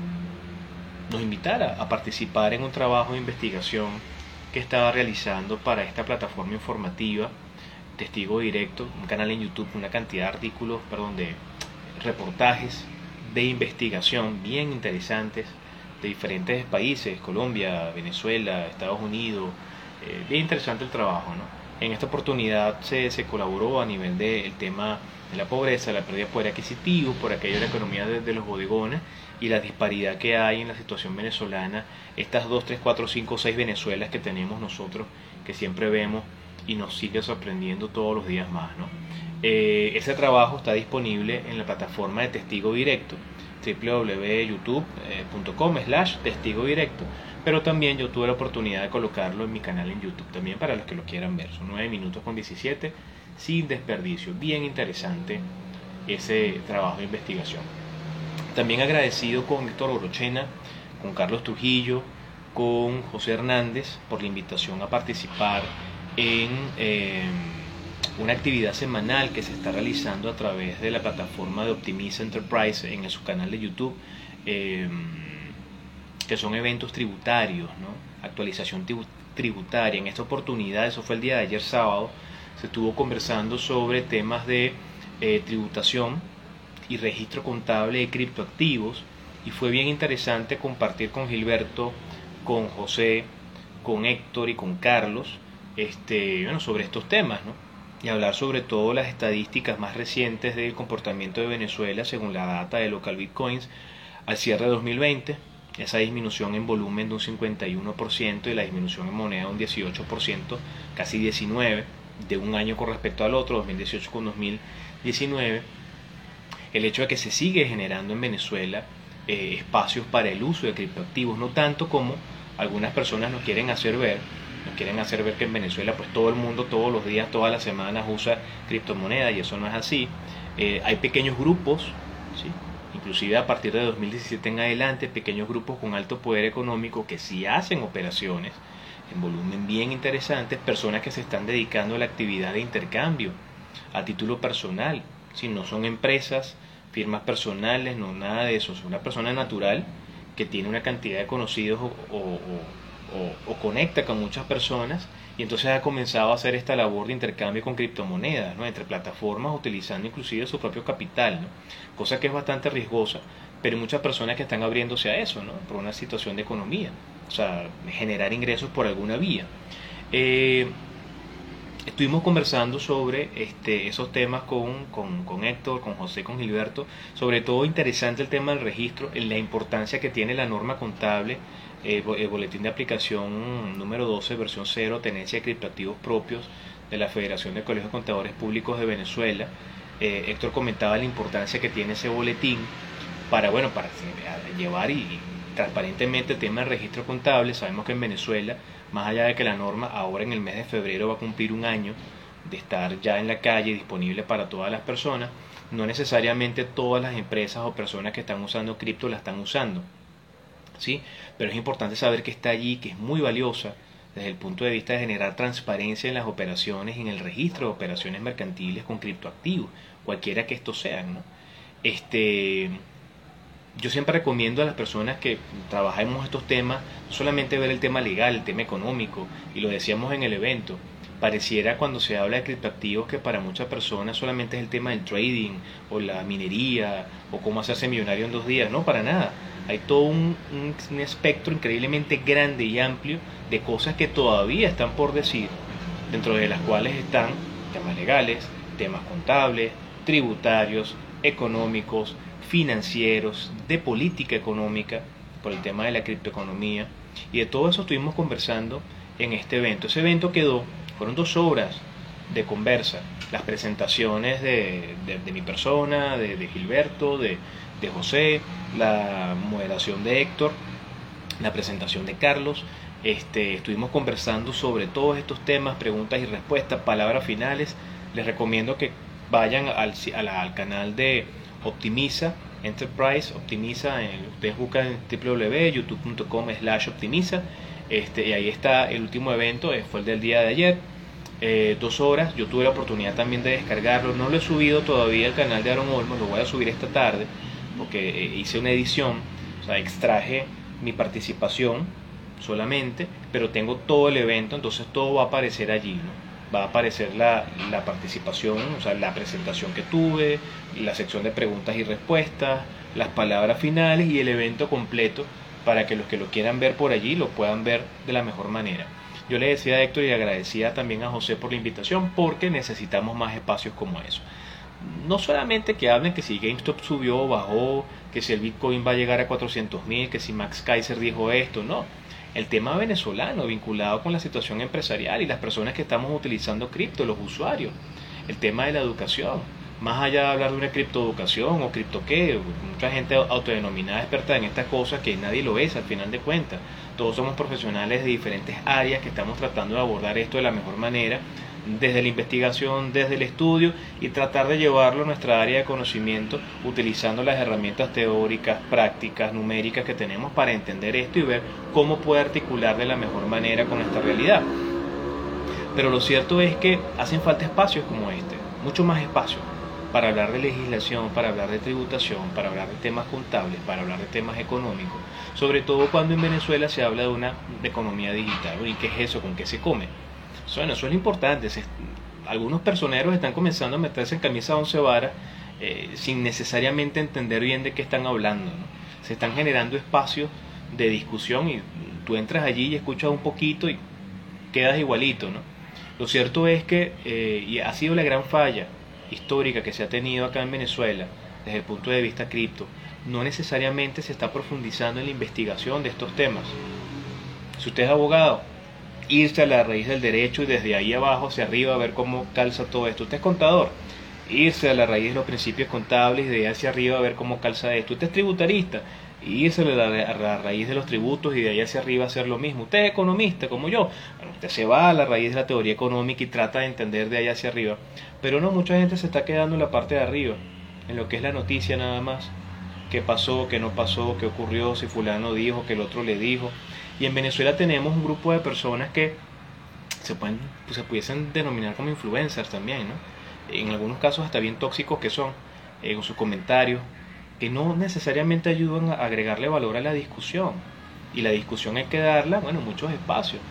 nos invitara a participar en un trabajo de investigación que estaba realizando para esta plataforma informativa Testigo Directo, un canal en YouTube, una cantidad de artículos, perdón, de reportajes de investigación bien interesantes de diferentes países, Colombia, Venezuela, Estados Unidos, eh, bien interesante el trabajo, ¿no? En esta oportunidad se, se colaboró a nivel del tema de la pobreza, la pérdida de poder adquisitivo, por aquello de la economía de, de los bodegones y la disparidad que hay en la situación venezolana, estas dos, tres, cuatro, cinco, seis Venezuelas que tenemos nosotros, que siempre vemos y nos sigue sorprendiendo todos los días más, ¿no? Eh, ese trabajo está disponible en la plataforma de Testigo Directo, doble u doble u doble u punto youtube punto com slash testigo directo, pero también yo tuve la oportunidad de colocarlo en mi canal en YouTube también para los que lo quieran ver. Son nueve minutos con diecisiete sin desperdicio, bien interesante ese trabajo de investigación. También agradecido con Héctor Orochena, con Carlos Trujillo, con José Hernández por la invitación a participar en eh, una actividad semanal que se está realizando a través de la plataforma de Optimiza Enterprise en su canal de YouTube, eh, que son eventos tributarios, ¿no? Actualización tributaria. En esta oportunidad, eso fue el día de ayer sábado, se estuvo conversando sobre temas de eh, tributación y registro contable de criptoactivos, y fue bien interesante compartir con Gilberto, con José, con Héctor y con Carlos este, bueno, sobre estos temas, ¿no? Y hablar sobre todo las estadísticas más recientes del comportamiento de Venezuela según la data de Local Bitcoins al cierre de dos mil veinte, esa disminución en volumen de un cincuenta y uno por ciento y la disminución en moneda de un dieciocho por ciento, casi diecinueve por ciento de un año con respecto al otro, dos mil dieciocho con dos mil diecinueve. El hecho de que se sigue generando en Venezuela eh, espacios para el uso de criptoactivos, no tanto como algunas personas nos quieren hacer ver, nos quieren hacer ver que en Venezuela pues todo el mundo todos los días, todas las semanas usa criptomonedas, y eso no es así. Eh, hay pequeños grupos, ¿sí? Inclusive a partir de dos mil diecisiete en adelante, pequeños grupos con alto poder económico que sí hacen operaciones en volumen bien interesantes, personas que se están dedicando a la actividad de intercambio a título personal, si no son empresas firmas personales, no nada de eso. Es una persona natural que tiene una cantidad de conocidos o, o, o, o conecta con muchas personas, y entonces ha comenzado a hacer esta labor de intercambio con criptomonedas, ¿no? Entre plataformas, utilizando inclusive su propio capital, ¿no? Cosa que es bastante riesgosa, pero hay muchas personas que están abriéndose a eso, ¿no? Por una situación de economía, o sea, generar ingresos por alguna vía. Eh, Estuvimos conversando sobre este, esos temas con, con, con Héctor, con José, con Gilberto. Sobre todo interesante el tema del registro, la importancia que tiene la norma contable, eh, el boletín de aplicación número doce, versión cero, tenencia de criptoactivos propios de la Federación de Colegios de Contadores Públicos de Venezuela. Eh, Héctor comentaba la importancia que tiene ese boletín para, bueno, para llevar y, y transparentemente el tema del registro contable. Sabemos que en Venezuela, más allá de que la norma ahora en el mes de febrero va a cumplir un año de estar ya en la calle, disponible para todas las personas, no necesariamente todas las empresas o personas que están usando cripto la están usando, ¿sí? Pero es importante saber que está allí, que es muy valiosa desde el punto de vista de generar transparencia en las operaciones, en el registro de operaciones mercantiles con criptoactivos, cualquiera que estos sean, ¿no? Este... Yo siempre recomiendo a las personas que trabajemos estos temas, no solamente ver el tema legal, el tema económico, y lo decíamos en el evento, pareciera cuando se habla de criptoactivos que para muchas personas solamente es el tema del trading, o la minería, o cómo hacerse millonario en dos días. No, para nada. Hay todo un, un, un espectro increíblemente grande y amplio de cosas que todavía están por decir, dentro de las cuales están temas legales, temas contables, tributarios, económicos, financieros, de política económica, por el tema de la criptoeconomía, y de todo eso estuvimos conversando en este evento. Ese evento quedó, fueron dos horas de conversa, las presentaciones de, de, de mi persona, de, de Gilberto, de, de José, la moderación de Héctor, la presentación de Carlos. Este, estuvimos conversando sobre todos estos temas, preguntas y respuestas, palabras finales. Les recomiendo que vayan al, a la, al canal de Optimiza Enterprise, Optimiza, en, ustedes buscan en w w w punto youtube punto com slash optimiza, este, y ahí está el último evento, fue el del día de ayer, eh, dos horas. Yo tuve la oportunidad también de descargarlo, no lo he subido todavía al canal de Aaron Olmos, lo voy a subir esta tarde, porque eh, hice una edición, o sea, extraje mi participación solamente, pero tengo todo el evento, entonces todo va a aparecer allí, ¿no? Va a aparecer la, la participación, o sea, la presentación que tuve, la sección de preguntas y respuestas, las palabras finales y el evento completo, para que los que lo quieran ver por allí lo puedan ver de la mejor manera. Yo le decía a Héctor y agradecía también a José por la invitación, porque necesitamos más espacios como eso. No solamente que hablen que si GameStop subió o bajó, que si el Bitcoin va a llegar a cuatrocientos mil, que si Max Kaiser dijo esto, no. El tema venezolano vinculado con la situación empresarial y las personas que estamos utilizando cripto, los usuarios. El tema de la educación. Más allá de hablar de una criptoeducación o cripto qué, mucha gente autodenominada experta en estas cosas que nadie lo es al final de cuentas. Todos somos profesionales de diferentes áreas que estamos tratando de abordar esto de la mejor manera, desde la investigación, desde el estudio, y tratar de llevarlo a nuestra área de conocimiento utilizando las herramientas teóricas, prácticas, numéricas que tenemos para entender esto y ver cómo puede articular de la mejor manera con esta realidad. Pero lo cierto es que hacen falta espacios como este, mucho más espacios, para hablar de legislación, para hablar de tributación, para hablar de temas contables, para hablar de temas económicos, sobre todo cuando en Venezuela se habla de una de economía digital. ¿Y qué es eso? ¿Con qué se come? Bueno, eso es lo importante. Se, algunos personeros están comenzando a meterse en camisa de once varas eh, sin necesariamente entender bien de qué están hablando, ¿no? Se están generando espacios de discusión y tú entras allí y escuchas un poquito y quedas igualito, ¿no? Lo cierto es que eh, y ha sido la gran falla histórica que se ha tenido acá en Venezuela desde el punto de vista cripto. No necesariamente se está profundizando en la investigación de estos temas. Si usted es abogado, irse a la raíz del derecho y desde ahí abajo hacia arriba a ver cómo calza todo esto. Usted es contador, irse a la raíz de los principios contables y de ahí hacia arriba a ver cómo calza esto. Usted es tributarista, irse a la, a la raíz de los tributos y de ahí hacia arriba hacer lo mismo. Usted es economista como yo, bueno, usted se va a la raíz de la teoría económica y trata de entender de ahí hacia arriba. Pero no, mucha gente se está quedando en la parte de arriba, en lo que es la noticia nada más. Qué pasó, qué no pasó, qué ocurrió, si fulano dijo, que el otro le dijo. Y en Venezuela tenemos un grupo de personas que se, pueden, pues se pudiesen denominar como influencers también, ¿no? En algunos casos hasta bien tóxicos que son, eh, con sus comentarios, que no necesariamente ayudan a agregarle valor a la discusión. Y la discusión hay que darla, bueno, en muchos espacios.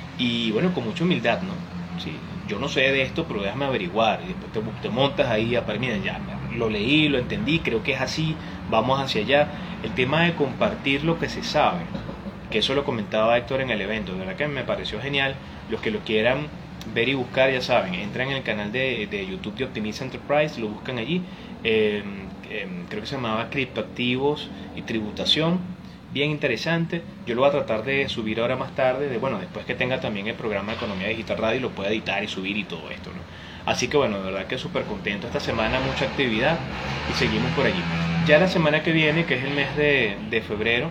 Y bueno, con mucha humildad, ¿no? Sí, yo no sé de esto, pero déjame averiguar. Y después te, te montas ahí, a mira, ya lo leí, lo entendí, creo que es así, vamos hacia allá. El tema de compartir lo que se sabe, que eso lo comentaba Héctor en el evento, de verdad que me pareció genial. Los que lo quieran ver y buscar, ya saben, entran en el canal de, de YouTube de Optimiza Enterprise, lo buscan allí. Eh, eh, creo que se llamaba Criptoactivos y Tributación, bien interesante. Yo lo voy a tratar de subir ahora más tarde, de, bueno, después que tenga también el programa de Economía Digital Radio, lo pueda editar y subir y todo esto, ¿no? Así que bueno, de verdad que súper contento esta semana, mucha actividad y seguimos por allí. Ya la semana que viene, que es el mes de, de febrero,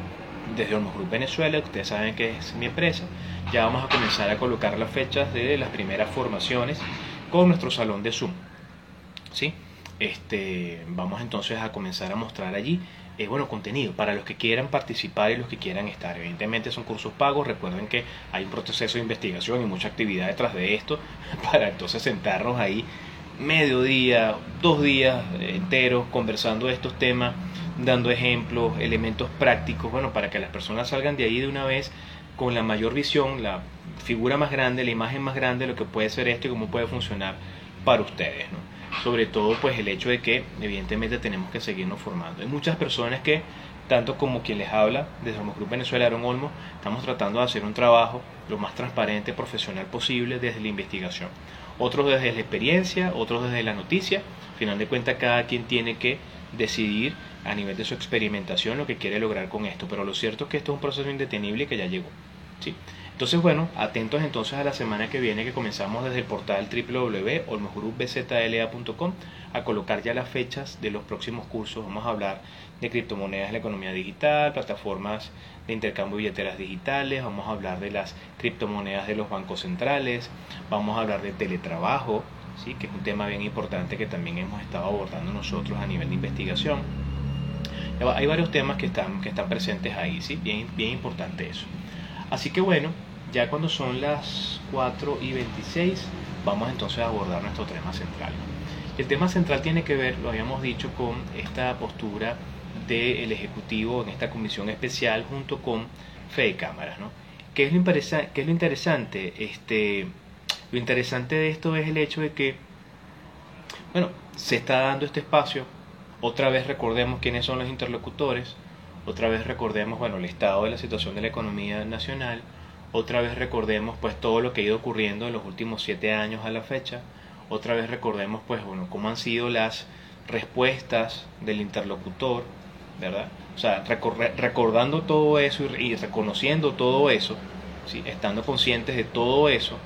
desde Olmos Group Venezuela, ustedes saben que es mi empresa, ya vamos a comenzar a colocar las fechas de las primeras formaciones con nuestro salón de Zoom, ¿sí? Este, vamos entonces a comenzar a mostrar allí eh, bueno, contenido para los que quieran participar y los que quieran estar. Evidentemente son cursos pagos, recuerden que hay un proceso de investigación y mucha actividad detrás de esto para entonces sentarnos ahí mediodía, dos días enteros conversando de estos temas, dando ejemplos, elementos prácticos, bueno, para que las personas salgan de ahí de una vez con la mayor visión, la figura más grande, la imagen más grande de lo que puede ser esto y cómo puede funcionar para ustedes, ¿no? Sobre todo pues el hecho de que evidentemente tenemos que seguirnos formando. Hay muchas personas que, tanto como quien les habla desde Olmos Group Venezuela, Aaron Olmos, estamos tratando de hacer un trabajo lo más transparente, profesional posible desde la investigación. Otros desde la experiencia, otros desde la noticia. Al final de cuentas cada quien tiene que decidir a nivel de su experimentación lo que quiere lograr con esto. Pero lo cierto es que esto es un proceso indetenible que ya llegó, ¿sí? Entonces, bueno, atentos entonces a la semana que viene, que comenzamos desde el portal doble u doble u doble u punto olmos group b z l a punto com a colocar ya las fechas de los próximos cursos. Vamos a hablar de criptomonedas en la economía digital, plataformas de intercambio de billeteras digitales, vamos a hablar de las criptomonedas de los bancos centrales, vamos a hablar de teletrabajo, ¿sí? Que es un tema bien importante que también hemos estado abordando nosotros a nivel de investigación. Hay varios temas que están, que están presentes ahí, ¿sí? Bien, bien importante eso. Así que bueno, ya cuando son las cuatro y veintiséis, vamos entonces a abordar nuestro tema central. El tema central tiene que ver, lo habíamos dicho, con esta postura del Ejecutivo en esta comisión especial junto con Fede Cámaras, ¿no? ¿Qué es lo, interesa- qué es lo interesante? Este, lo interesante de esto es el hecho de que, bueno, se está dando este espacio. Otra vez recordemos quiénes son los interlocutores. Otra vez recordemos, bueno, el estado de la situación de la economía nacional. Otra vez recordemos pues todo lo que ha ido ocurriendo en los últimos siete años a la fecha. Otra vez recordemos pues bueno cómo han sido las respuestas del interlocutor, ¿verdad? O sea, recorre, recordando todo eso y, y reconociendo todo eso, ¿sí? Estando conscientes de todo eso,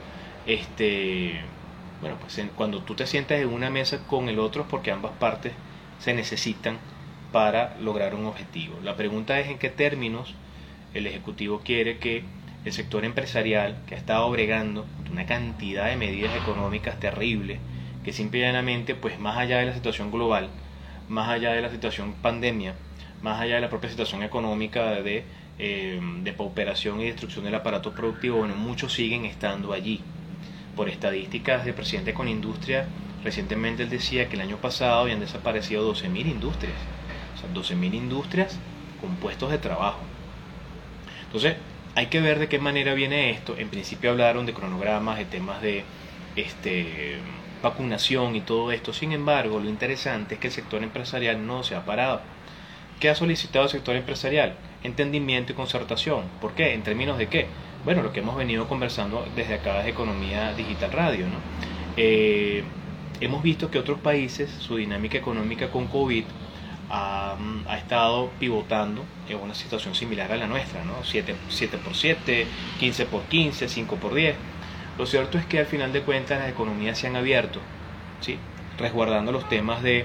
este, bueno, pues en, cuando tú te sientas en una mesa con el otro es porque ambas partes se necesitan para lograr un objetivo. La pregunta es en qué términos el Ejecutivo quiere que el sector empresarial, que ha estado bregando una cantidad de medidas económicas terribles, que simple y llanamente, pues más allá de la situación global, más allá de la situación pandemia, más allá de la propia situación económica de, eh, de pauperación y destrucción del aparato productivo, bueno, muchos siguen estando allí. Por estadísticas del presidente con Industria, recientemente él decía que el año pasado habían desaparecido doce mil industrias, o sea, doce mil industrias con puestos de trabajo. Entonces, hay que ver de qué manera viene esto. En principio hablaron de cronogramas, de temas de este, vacunación y todo esto. Sin embargo, lo interesante es que el sector empresarial no se ha parado. ¿Qué ha solicitado el sector empresarial? Entendimiento y concertación. ¿Por qué? ¿En términos de qué? Bueno, lo que hemos venido conversando desde acá de Economía Digital Radio, ¿no? Eh, hemos visto que otros países, su dinámica económica con COVID Ha, ha estado pivotando en una situación similar a la nuestra, ¿no? siete por siete, quince por quince, cinco por diez. Lo cierto es que al final de cuentas las economías se han abierto, ¿sí? Resguardando los temas de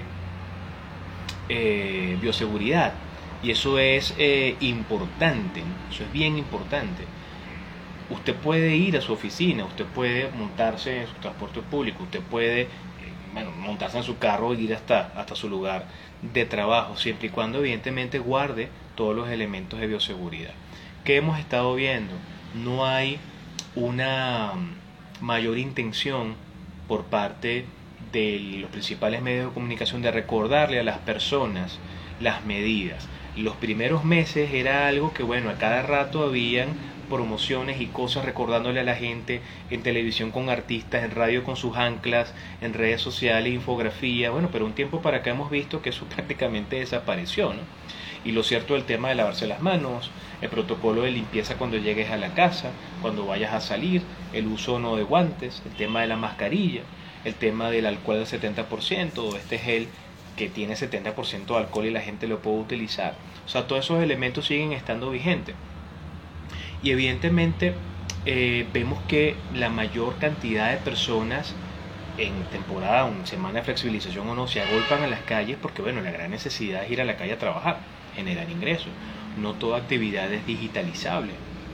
eh, bioseguridad. Y eso es eh, importante, ¿no? Eso es bien importante. Usted puede ir a su oficina, usted puede montarse en su transporte público, usted puede bueno, montarse en su carro e ir hasta, hasta su lugar de trabajo, siempre y cuando evidentemente guarde todos los elementos de bioseguridad. ¿Qué hemos estado viendo? No hay una mayor intención por parte de los principales medios de comunicación de recordarle a las personas las medidas. Los primeros meses era algo que, bueno, a cada rato habían promociones y cosas recordándole a la gente en televisión con artistas, en radio con sus anclas, en redes sociales, infografía, bueno, pero un tiempo para acá hemos visto que eso prácticamente desapareció, ¿no? Y lo cierto del tema de lavarse las manos, el protocolo de limpieza cuando llegues a la casa, cuando vayas a salir, el uso o no de guantes, el tema de la mascarilla, el tema del alcohol del setenta por ciento, este gel que tiene setenta por ciento de alcohol y la gente lo puede utilizar. O sea, todos esos elementos siguen estando vigentes. Y evidentemente eh, vemos que la mayor cantidad de personas en temporada, en semana de flexibilización o no, se agolpan a las calles porque, bueno, la gran necesidad es ir a la calle a trabajar, generar ingresos. No toda actividad es digitalizable.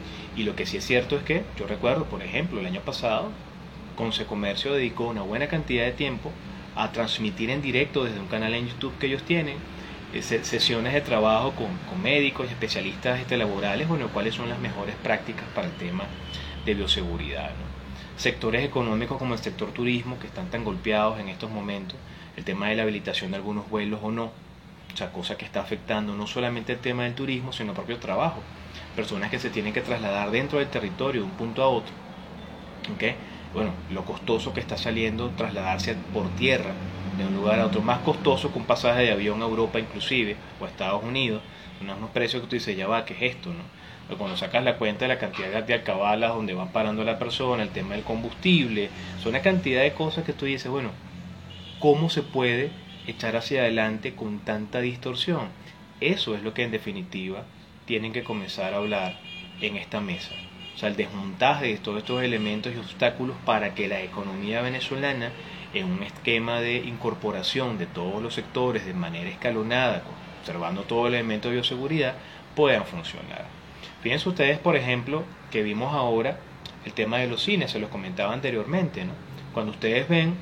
Y lo que sí es cierto es que, yo recuerdo, por ejemplo, el año pasado, Conce Comercio dedicó una buena cantidad de tiempo a transmitir en directo desde un canal en YouTube que ellos tienen, sesiones de trabajo con, con médicos y especialistas este, laborales, bueno, cuáles son las mejores prácticas para el tema de bioseguridad, ¿no? Sectores económicos como el sector turismo, que están tan golpeados en estos momentos, el tema de la habilitación de algunos vuelos o no, o sea, cosa que está afectando no solamente el tema del turismo, sino el propio trabajo. Personas que se tienen que trasladar dentro del territorio de un punto a otro, ¿okay? Bueno, lo costoso que está saliendo trasladarse por tierra de un lugar a otro, más costoso que un pasaje de avión a Europa inclusive, o a Estados Unidos, unos precios que tú dices, ya va, ¿qué es esto? ¿No? Pero cuando sacas la cuenta de la cantidad de alcabalas donde van parando la persona, el tema del combustible, son una cantidad de cosas que tú dices, bueno, ¿cómo se puede echar hacia adelante con tanta distorsión? Eso es lo que en definitiva tienen que comenzar a hablar en esta mesa. O sea, el desmontaje de todos estos elementos y obstáculos para que la economía venezolana, en un esquema de incorporación de todos los sectores de manera escalonada, observando todo el elemento de bioseguridad, puedan funcionar. Fíjense ustedes, por ejemplo, que vimos ahora el tema de los cines, se los comentaba anteriormente, ¿no? Cuando ustedes ven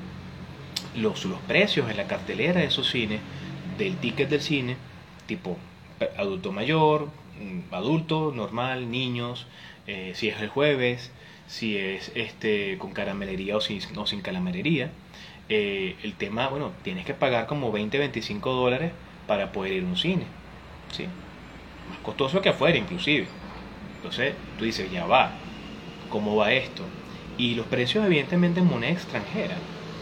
los, los precios en la cartelera de esos cines, del ticket del cine, tipo adulto mayor, adulto, normal, niños, eh, si es el jueves, si es este con caramelería o sin, o sin caramelería, eh, el tema, bueno, tienes que pagar como veinte, veinticinco dólares para poder ir a un cine, ¿sí? Más costoso que afuera inclusive. Entonces tú dices, ya va, ¿cómo va esto? Y los precios evidentemente en moneda extranjera.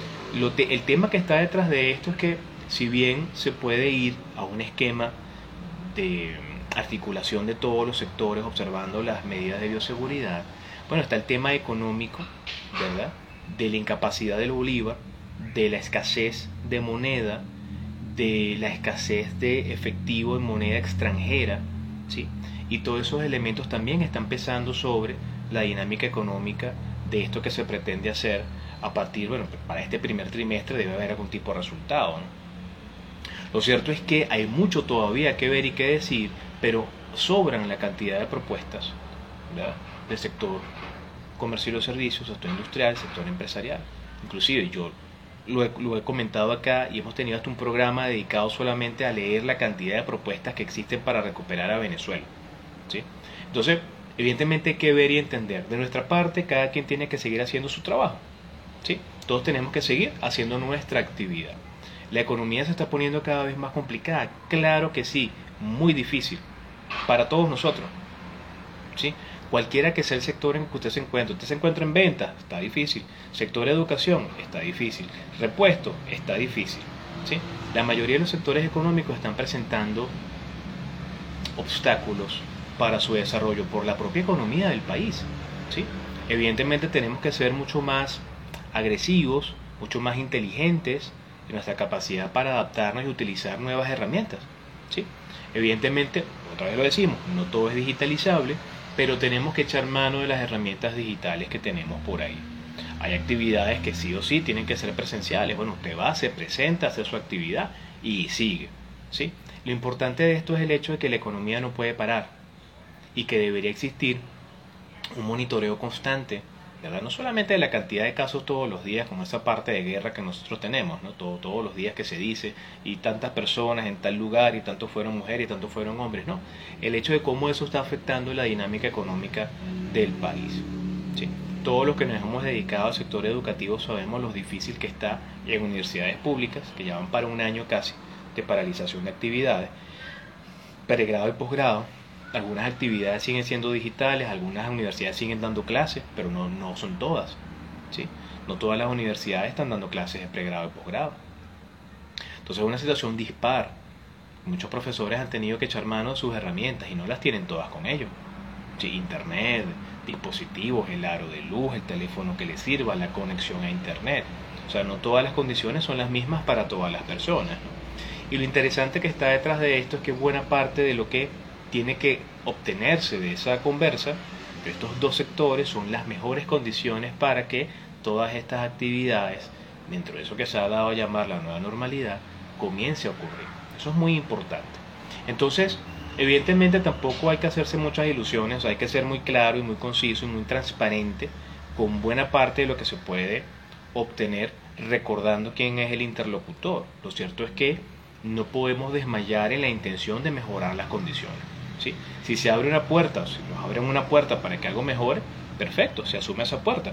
Lo te, el tema que está detrás de esto es que si bien se puede ir a un esquema de articulación de todos los sectores observando las medidas de bioseguridad, bueno, está el tema económico, ¿verdad? De la incapacidad del bolívar, de la escasez de moneda, de la escasez de efectivo en moneda extranjera, ¿sí? Y todos esos elementos también están pesando sobre la dinámica económica de esto que se pretende hacer a partir, bueno, para este primer trimestre debe haber algún tipo de resultado, ¿no? Lo cierto es que hay mucho todavía que ver y que decir, pero sobran la cantidad de propuestas, ¿verdad?, del sector comercio y los servicios, sector industrial, sector empresarial. Inclusive yo lo he, lo he comentado acá y hemos tenido hasta un programa dedicado solamente a leer la cantidad de propuestas que existen para recuperar a Venezuela, ¿sí? Entonces, evidentemente hay que ver y entender. De nuestra parte, cada quien tiene que seguir haciendo su trabajo, ¿sí? Todos tenemos que seguir haciendo nuestra actividad. La economía se está poniendo cada vez más complicada, claro que sí, muy difícil para todos nosotros, ¿sí? Cualquiera que sea el sector en que usted se encuentre, usted se encuentra en ventas, está difícil, sector de educación, está difícil, repuesto, está difícil, ¿sí? La mayoría de los sectores económicos están presentando obstáculos para su desarrollo por la propia economía del país, ¿sí? Evidentemente tenemos que ser mucho más agresivos, mucho más inteligentes en nuestra capacidad para adaptarnos y utilizar nuevas herramientas, ¿sí? Evidentemente, otra vez lo decimos, no todo es digitalizable, pero tenemos que echar mano de las herramientas digitales que tenemos por ahí. Hay actividades que sí o sí tienen que ser presenciales. Bueno, usted va, se presenta, hace su actividad y sigue, ¿sí? Lo importante de esto es el hecho de que la economía no puede parar y que debería existir un monitoreo constante, ¿verdad? No solamente de la cantidad de casos todos los días, como esa parte de guerra que nosotros tenemos, ¿no? Todo, todos los días que se dice, y tantas personas en tal lugar, y tantos fueron mujeres, y tantos fueron hombres, no. El hecho de cómo eso está afectando la dinámica económica del país, ¿sí? Todos los que nos hemos dedicado al sector educativo sabemos lo difícil que está en universidades públicas, que ya van para un año casi de paralización de actividades, pregrado y posgrado. Algunas actividades siguen siendo digitales, algunas universidades siguen dando clases, pero no, no son todas, ¿sí? No todas las universidades están dando clases de pregrado y posgrado. Entonces es una situación dispar. Muchos profesores han tenido que echar mano de sus herramientas y no las tienen todas con ellos. Sí, internet, dispositivos, el aro de luz, el teléfono que les sirva, la conexión a internet. O sea, no todas las condiciones son las mismas para todas las personas, ¿no? Y lo interesante que está detrás de esto es que buena parte de lo que tiene que obtenerse de esa conversa, de estos dos sectores, son las mejores condiciones para que todas estas actividades, dentro de eso que se ha dado a llamar la nueva normalidad, comience a ocurrir. Eso es muy importante. Entonces, evidentemente tampoco hay que hacerse muchas ilusiones, hay que ser muy claro y muy conciso y muy transparente con buena parte de lo que se puede obtener, recordando quién es el interlocutor. Lo cierto es que no podemos desmayar en la intención de mejorar las condiciones, ¿sí? Si se abre una puerta, o si nos abren una puerta para que algo mejore, perfecto, se asume esa puerta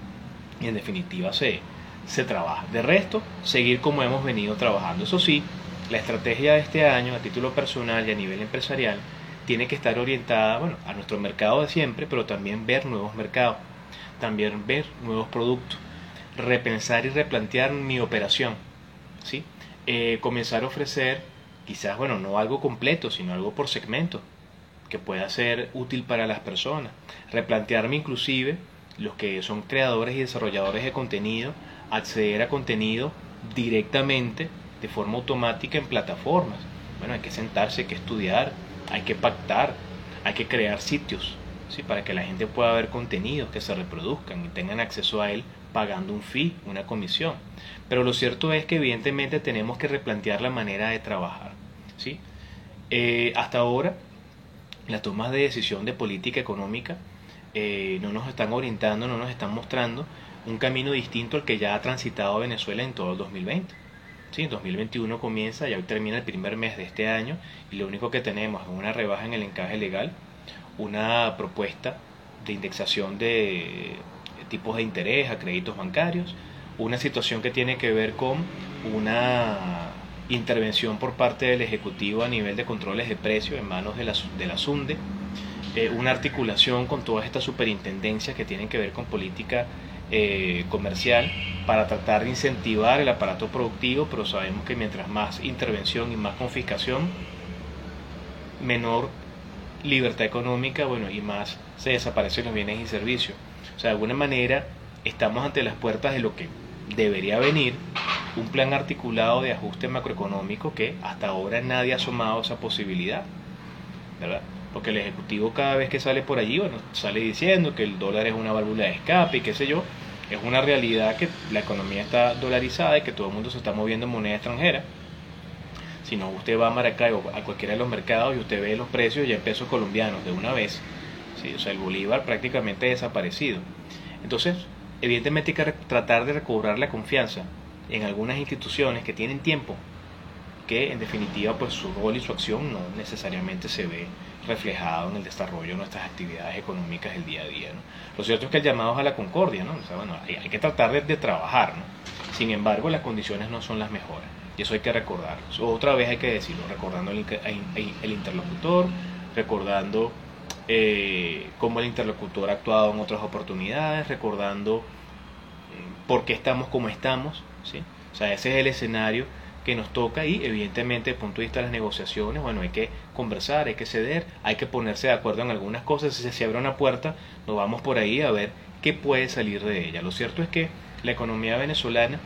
y en definitiva se, se trabaja. De resto, seguir como hemos venido trabajando. Eso sí, la estrategia de este año a título personal y a nivel empresarial tiene que estar orientada, bueno, a nuestro mercado de siempre, pero también ver nuevos mercados, también ver nuevos productos, repensar y replantear mi operación, ¿sí? Eh, comenzar a ofrecer quizás, bueno, no algo completo, sino algo por segmento que pueda ser útil para las personas, replantearme inclusive los que son creadores y desarrolladores de contenido, acceder a contenido directamente de forma automática en plataformas. Bueno, hay que sentarse, hay que estudiar, hay que pactar, hay que crear sitios, ¿sí? Para que la gente pueda ver contenidos que se reproduzcan y tengan acceso a él pagando un fee, una comisión. Pero lo cierto es que evidentemente tenemos que replantear la manera de trabajar, ¿sí? Eh, hasta ahora, las tomas de decisión de política económica eh, no nos están orientando, no nos están mostrando un camino distinto al que ya ha transitado Venezuela en todo el dos mil veinte. Sí, en dos mil veintiuno comienza, ya hoy termina el primer mes de este año y lo único que tenemos es una rebaja en el encaje legal, una propuesta de indexación de tipos de interés a créditos bancarios, una situación que tiene que ver con una intervención por parte del Ejecutivo a nivel de controles de precios en manos de la, de la SUNDE, eh, una articulación con todas estas superintendencias que tienen que ver con política eh, comercial para tratar de incentivar el aparato productivo, pero sabemos que mientras más intervención y más confiscación, menor libertad económica, bueno, y más se desaparecen los bienes y servicios. O sea, de alguna manera estamos ante las puertas de lo que debería venir, un plan articulado de ajuste macroeconómico que hasta ahora nadie ha asomado esa posibilidad, ¿verdad? Porque el Ejecutivo cada vez que sale por allí, bueno, sale diciendo que el dólar es una válvula de escape y qué sé yo. Es una realidad que la economía está dolarizada y que todo el mundo se está moviendo en moneda extranjera. Si no, usted va a Maracaibo, a cualquiera de los mercados y usted ve los precios ya en pesos colombianos de una vez, ¿sí? O sea, el bolívar prácticamente desaparecido. Entonces, evidentemente hay que tratar de recobrar la confianza en algunas instituciones que tienen tiempo, que en definitiva pues su rol y su acción no necesariamente se ve reflejado en el desarrollo de nuestras actividades económicas del día a día, ¿no? Lo cierto es que el llamado es a la concordia, ¿no? O sea, bueno, hay, hay que tratar de, de trabajar, ¿no? Sin embargo, las condiciones no son las mejores y eso hay que recordarlo. Otra vez hay que decirlo, recordando el, el, el interlocutor, recordando eh, cómo el interlocutor ha actuado en otras oportunidades, recordando por qué estamos como estamos, ¿sí? O sea, ese es el escenario que nos toca y evidentemente desde el punto de vista de las negociaciones, bueno, hay que conversar, hay que ceder, hay que ponerse de acuerdo en algunas cosas. Si se abre una puerta, nos vamos por ahí a ver qué puede salir de ella. Lo cierto es que la economía venezolana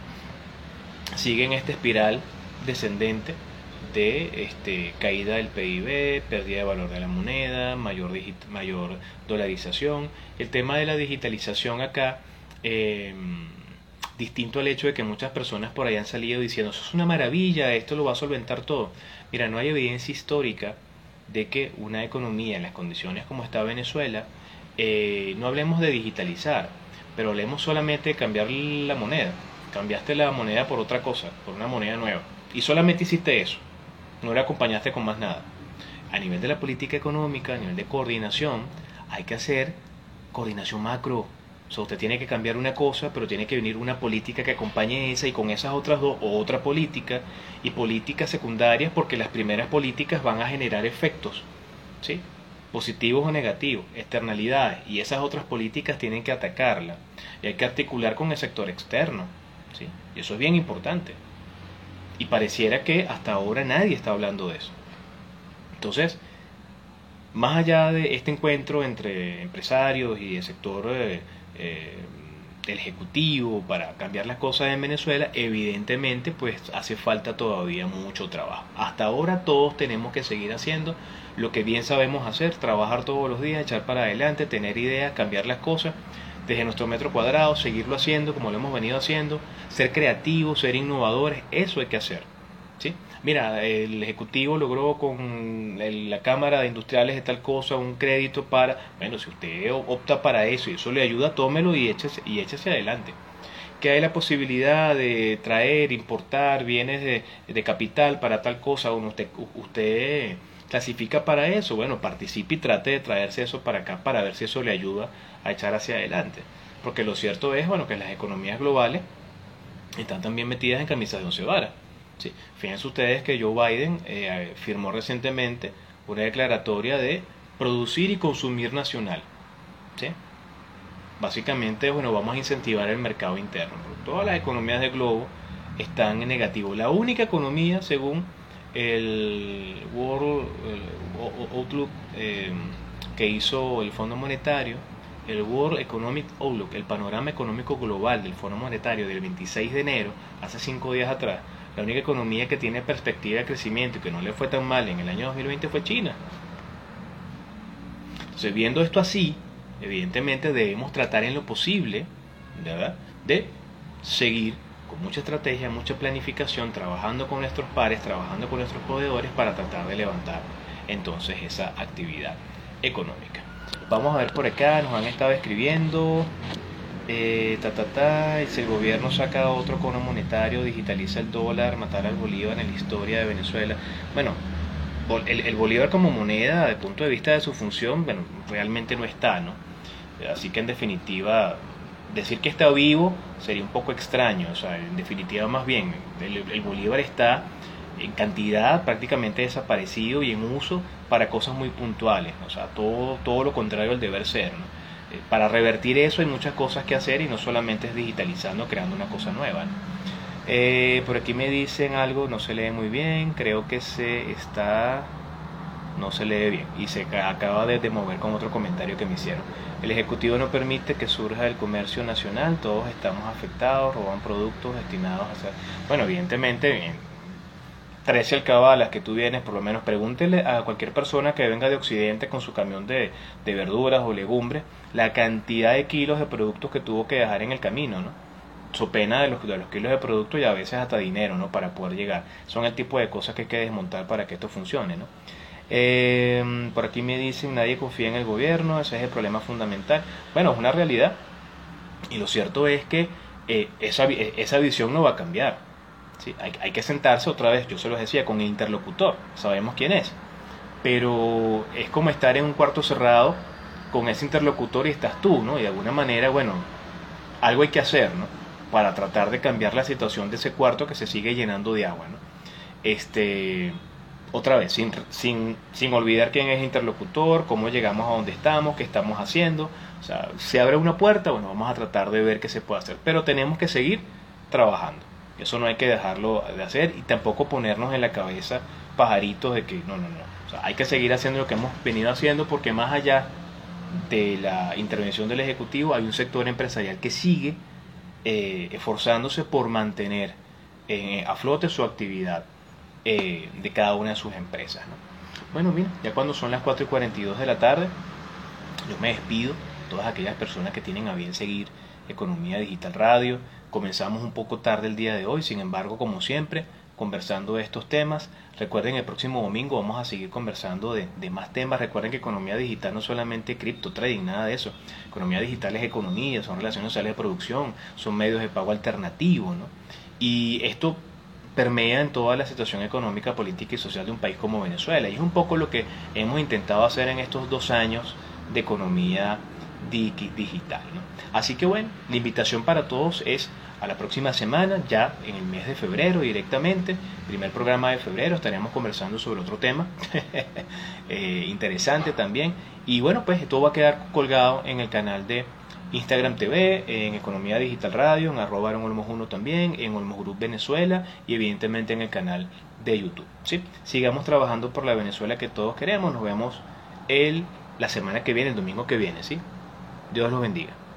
sigue en esta espiral descendente de este, caída del P I B, pérdida de valor de la moneda, mayor, mayor dolarización. El tema de la digitalización acá, eh, distinto al hecho de que muchas personas por ahí han salido diciendo eso es una maravilla, esto lo va a solventar todo. Mira, no hay evidencia histórica de que una economía en las condiciones como está Venezuela, eh, no hablemos de digitalizar, pero hablemos solamente de cambiar la moneda. Cambiaste la moneda por otra cosa, por una moneda nueva, y solamente hiciste eso, no le acompañaste con más nada. A nivel de la política económica, a nivel de coordinación, hay que hacer coordinación macro, O sea, usted tiene que cambiar una cosa, pero tiene que venir una política que acompañe esa y con esas otras dos, o otra política, y políticas secundarias, porque las primeras políticas van a generar efectos, ¿sí? Positivos o negativos, externalidades, y esas otras políticas tienen que atacarla. Y hay que articular con el sector externo, ¿sí? Y eso es bien importante. Y pareciera que hasta ahora nadie está hablando de eso. Entonces, más allá de este encuentro entre empresarios y el sector eh, eh, del ejecutivo para cambiar las cosas en Venezuela, evidentemente pues hace falta todavía mucho trabajo. Hasta ahora todos tenemos que seguir haciendo lo que bien sabemos hacer, trabajar todos los días, echar para adelante, tener ideas, cambiar las cosas desde nuestro metro cuadrado, seguirlo haciendo como lo hemos venido haciendo, ser creativos, ser innovadores, eso hay que hacer, ¿sí? Mira, el Ejecutivo logró con el- la Cámara de Industriales de tal cosa un crédito para, bueno, si usted o- opta para eso y eso le ayuda, tómelo y échese, y échese adelante. Que hay la posibilidad de traer, importar bienes de, de capital para tal cosa, uno, usted, usted clasifica para eso, bueno, participe y trate de traerse eso para acá para ver si eso le ayuda a echar hacia adelante. Porque lo cierto es, bueno, que las economías globales están también metidas en camisas de once varas. Sí. Fíjense ustedes que Joe Biden eh, firmó recientemente una declaratoria de producir y consumir nacional. ¿Sí? Básicamente, bueno, vamos a incentivar el mercado interno. Todas las economías del globo están en negativo. La única economía, según el World el Outlook eh, que hizo el Fondo Monetario, el World Economic Outlook, el panorama económico global del Fondo Monetario del veintiséis de enero, hace cinco días atrás, la única economía que tiene perspectiva de crecimiento y que no le fue tan mal en el año dos mil veinte fue China. Entonces, viendo esto así, evidentemente debemos tratar en lo posible, ¿verdad?, de seguir con mucha estrategia, mucha planificación, trabajando con nuestros pares, trabajando con nuestros proveedores para tratar de levantar entonces esa actividad económica. Vamos a ver por acá, nos han estado escribiendo. Eh, ta, ta, ta, si el gobierno saca otro cono monetario, digitaliza el dólar, matar al bolívar en la historia de Venezuela. Bueno, el, el bolívar como moneda, desde el punto de vista de su función, bueno, realmente no está, ¿no? Así que en definitiva, decir que está vivo sería un poco extraño. O sea, en definitiva, más bien, el, el bolívar está en cantidad prácticamente desaparecido y en uso para cosas muy puntuales, ¿no? O sea, todo, todo lo contrario al deber ser, ¿no? Eh, para revertir eso hay muchas cosas que hacer y no solamente es digitalizando, creando una cosa nueva, ¿no? Eh, por aquí me dicen algo, no se lee muy bien, creo que se está, no se lee bien y se acaba de, de mover con otro comentario que me hicieron. El Ejecutivo no permite que surja el comercio nacional, todos estamos afectados, roban productos destinados a hacer... Bueno, evidentemente, bien, trece alcabalas que tú vienes, por lo menos pregúntele a cualquier persona que venga de Occidente con su camión de, de verduras o legumbres, la cantidad de kilos de productos que tuvo que dejar en el camino, ¿no? So pena de los, de los kilos de productos y a veces hasta dinero, ¿no?, para poder llegar. Son el tipo de cosas que hay que desmontar para que esto funcione, ¿no? Eh, por aquí me dicen, nadie confía en el gobierno, ese es el problema fundamental. Bueno, es una realidad y lo cierto es que eh, esa, esa visión no va a cambiar. ¿Sí? Hay, hay que sentarse otra vez, yo se los decía, con el interlocutor, sabemos quién es, pero es como estar en un cuarto cerrado con ese interlocutor y estás tú, ¿no? Y de alguna manera, bueno, algo hay que hacer, ¿no?, para tratar de cambiar la situación de ese cuarto que se sigue llenando de agua, ¿no? Este, otra vez, sin, sin, sin olvidar quién es el interlocutor, cómo llegamos a donde estamos, qué estamos haciendo. O sea, se abre una puerta, bueno, vamos a tratar de ver qué se puede hacer, pero tenemos que seguir trabajando. Eso no hay que dejarlo de hacer y tampoco ponernos en la cabeza pajaritos de que no, no, no. O sea, hay que seguir haciendo lo que hemos venido haciendo porque más allá de la intervención del Ejecutivo hay un sector empresarial que sigue eh, esforzándose por mantener eh, a flote su actividad eh, de cada una de sus empresas, ¿no? Bueno, mira, ya cuando son las cuatro y cuarenta y dos de la tarde, yo me despido. Todas aquellas personas que tienen a bien seguir Economía Digital Radio. Comenzamos un poco tarde el día de hoy, sin embargo, como siempre, conversando de estos temas. Recuerden, el próximo domingo vamos a seguir conversando de, de más temas. Recuerden que economía digital no solamente cripto trading, nada de eso. Economía digital es economía, son relaciones sociales de producción, son medios de pago alternativos, ¿no? Y esto permea en toda la situación económica, política y social de un país como Venezuela. Y es un poco lo que hemos intentado hacer en estos dos años de economía digital, ¿no? Así que bueno, la invitación para todos es a la próxima semana, ya en el mes de febrero directamente, primer programa de febrero, estaremos conversando sobre otro tema eh, interesante también. Y bueno, pues todo va a quedar colgado en el canal de Instagram T V, en Economía Digital Radio, en arroba Aaron Olmos uno también, en Olmos Group Venezuela y evidentemente en el canal de YouTube, ¿sí? Sigamos trabajando por la Venezuela que todos queremos. Nos vemos el, la semana que viene, el domingo que viene, ¿sí? Dios los bendiga.